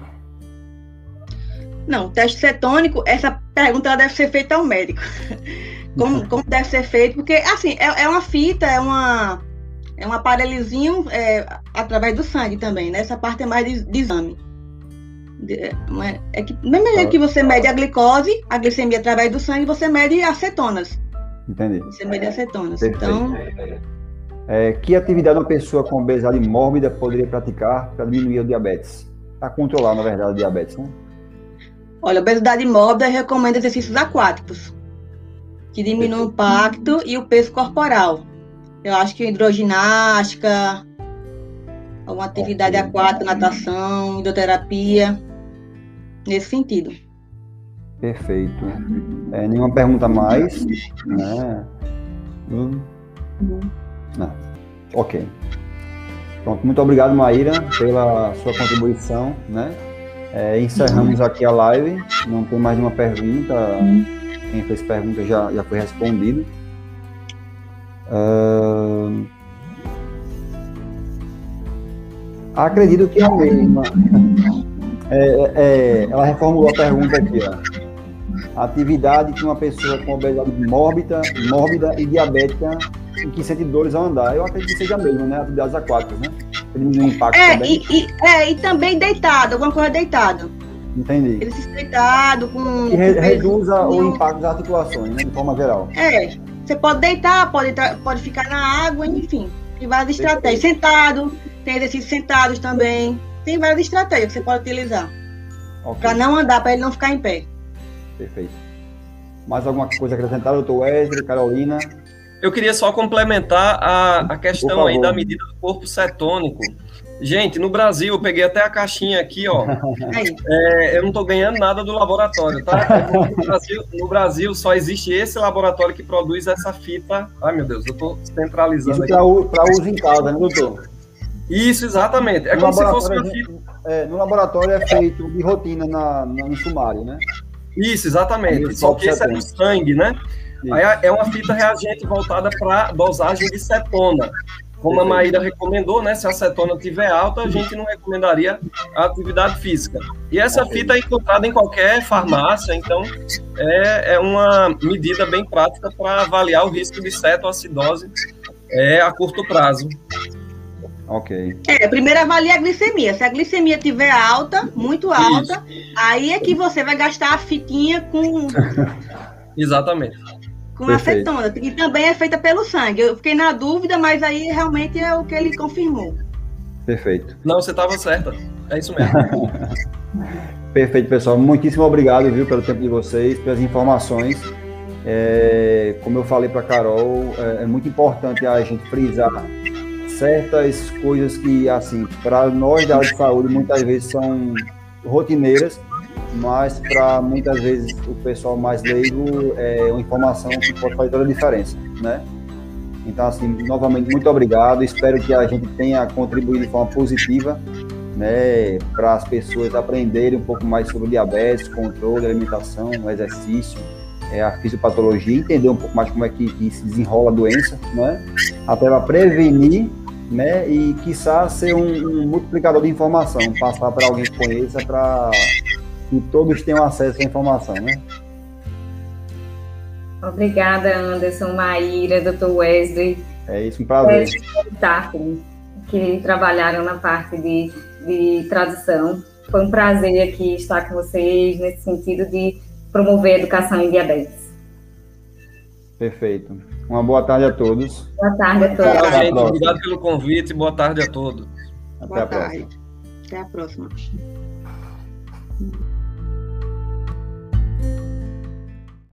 Não, teste cetônico, essa pergunta ela deve ser feita ao médico. Como, como deve ser feito? Porque, assim, é, é uma fita, é, uma, é um aparelhozinho é, através do sangue também, né? Essa parte é mais de, de exame. De, é, é que, mesmo jeito que você mede a glicose, a glicemia através do sangue, você mede acetonas. Entendi. Você mede acetonas. Perfeito. Então, é, que atividade uma pessoa com obesidade mórbida poderia praticar para diminuir o diabetes? Para controlar, na verdade, o diabetes, né? olha, obesidade mórbida recomenda exercícios aquáticos, que diminuem o impacto e o peso corporal. Eu acho que hidroginástica, alguma atividade okay. aquática, natação, hidroterapia, nesse sentido. Perfeito. É, nenhuma pergunta mais? Né? Hum. Não. Ok. Pronto, muito obrigado, Maíra, pela sua contribuição, né? É, encerramos aqui a live, não tem mais nenhuma pergunta, quem fez pergunta já, já foi respondido. Uh... Acredito que é a mesma. É, é, ela reformulou a pergunta aqui, ó. Atividade que uma pessoa com obesidade mórbida, mórbida e diabética em que sente dores ao andar. Eu acredito que seja a mesma, né? Atividades aquáticas, né? Diminuir o impacto é, também. E, e, é, e também deitado, alguma coisa deitado. Entendi. Ele se deitado com... Que re, com reduza o impacto das articulações, né? De forma geral. É, você pode deitar, pode, pode ficar na água, enfim. Tem várias estratégias. Sentado, tem exercícios sentados também. Tem várias estratégias que você pode utilizar. Okay. Para não andar, para ele não ficar em pé. Perfeito. Mais alguma coisa a acrescentar, doutor Wesley, Carolina? Eu queria só complementar a, a questão aí da medida do corpo cetônico. Gente, no Brasil, eu peguei até a caixinha aqui, ó. É, eu não estou ganhando nada do laboratório, tá? No Brasil, no Brasil, só existe esse laboratório que produz essa fita. Ai, meu Deus, eu estou centralizando Isso aqui. Para uso em casa, né, doutor? Isso, exatamente. É no como se fosse uma fita. É, no laboratório é feito de rotina na, na, no sumário, né? Isso, exatamente. Só que esse é do sangue, né? Isso. Aí é uma fita reagente voltada para dosagem de cetona. Como a Maíra recomendou, né? Se a cetona estiver alta, a gente não recomendaria a atividade física. E essa fita é encontrada em qualquer farmácia, então é, é uma medida bem prática para avaliar o risco de cetoacidose é, a curto prazo. Ok. É, primeiro avalia a glicemia. Se a glicemia estiver alta, muito alta, isso. Aí é que você vai gastar a fitinha com... Exatamente. Com acetona, que também é feita pelo sangue. Eu fiquei na dúvida, mas aí realmente é o que ele confirmou. Perfeito. Não, você estava certa. É isso mesmo. Perfeito, pessoal. Muitíssimo obrigado, viu, pelo tempo de vocês, pelas informações. É, como eu falei para a Carol, é, é muito importante a gente frisar certas coisas que, assim, para nós da área de saúde, muitas vezes são rotineiras, mas para muitas vezes o pessoal mais leigo é uma informação que pode fazer toda a diferença, né? Então, assim, novamente, muito obrigado. Espero que a gente tenha contribuído de forma positiva né, para as pessoas aprenderem um pouco mais sobre diabetes, controle, alimentação, exercício, é, a fisiopatologia, entender um pouco mais como é que, que se desenrola a doença, né, até para prevenir, né, e quiçá ser um, um multiplicador de informação, passar para alguém que conheça, para que todos tenham acesso à informação, né? Obrigada, Anderson, Maíra, doutor Wesley. É isso, um prazer. Que trabalharam na parte de, de tradução. Foi um prazer aqui estar com vocês nesse sentido de promover a educação em diabetes. Perfeito. Uma boa tarde a todos. Boa tarde a todos. Tchau, gente. Obrigado pelo convite e boa tarde a todos. Até Boa a próxima. tarde. Até a próxima.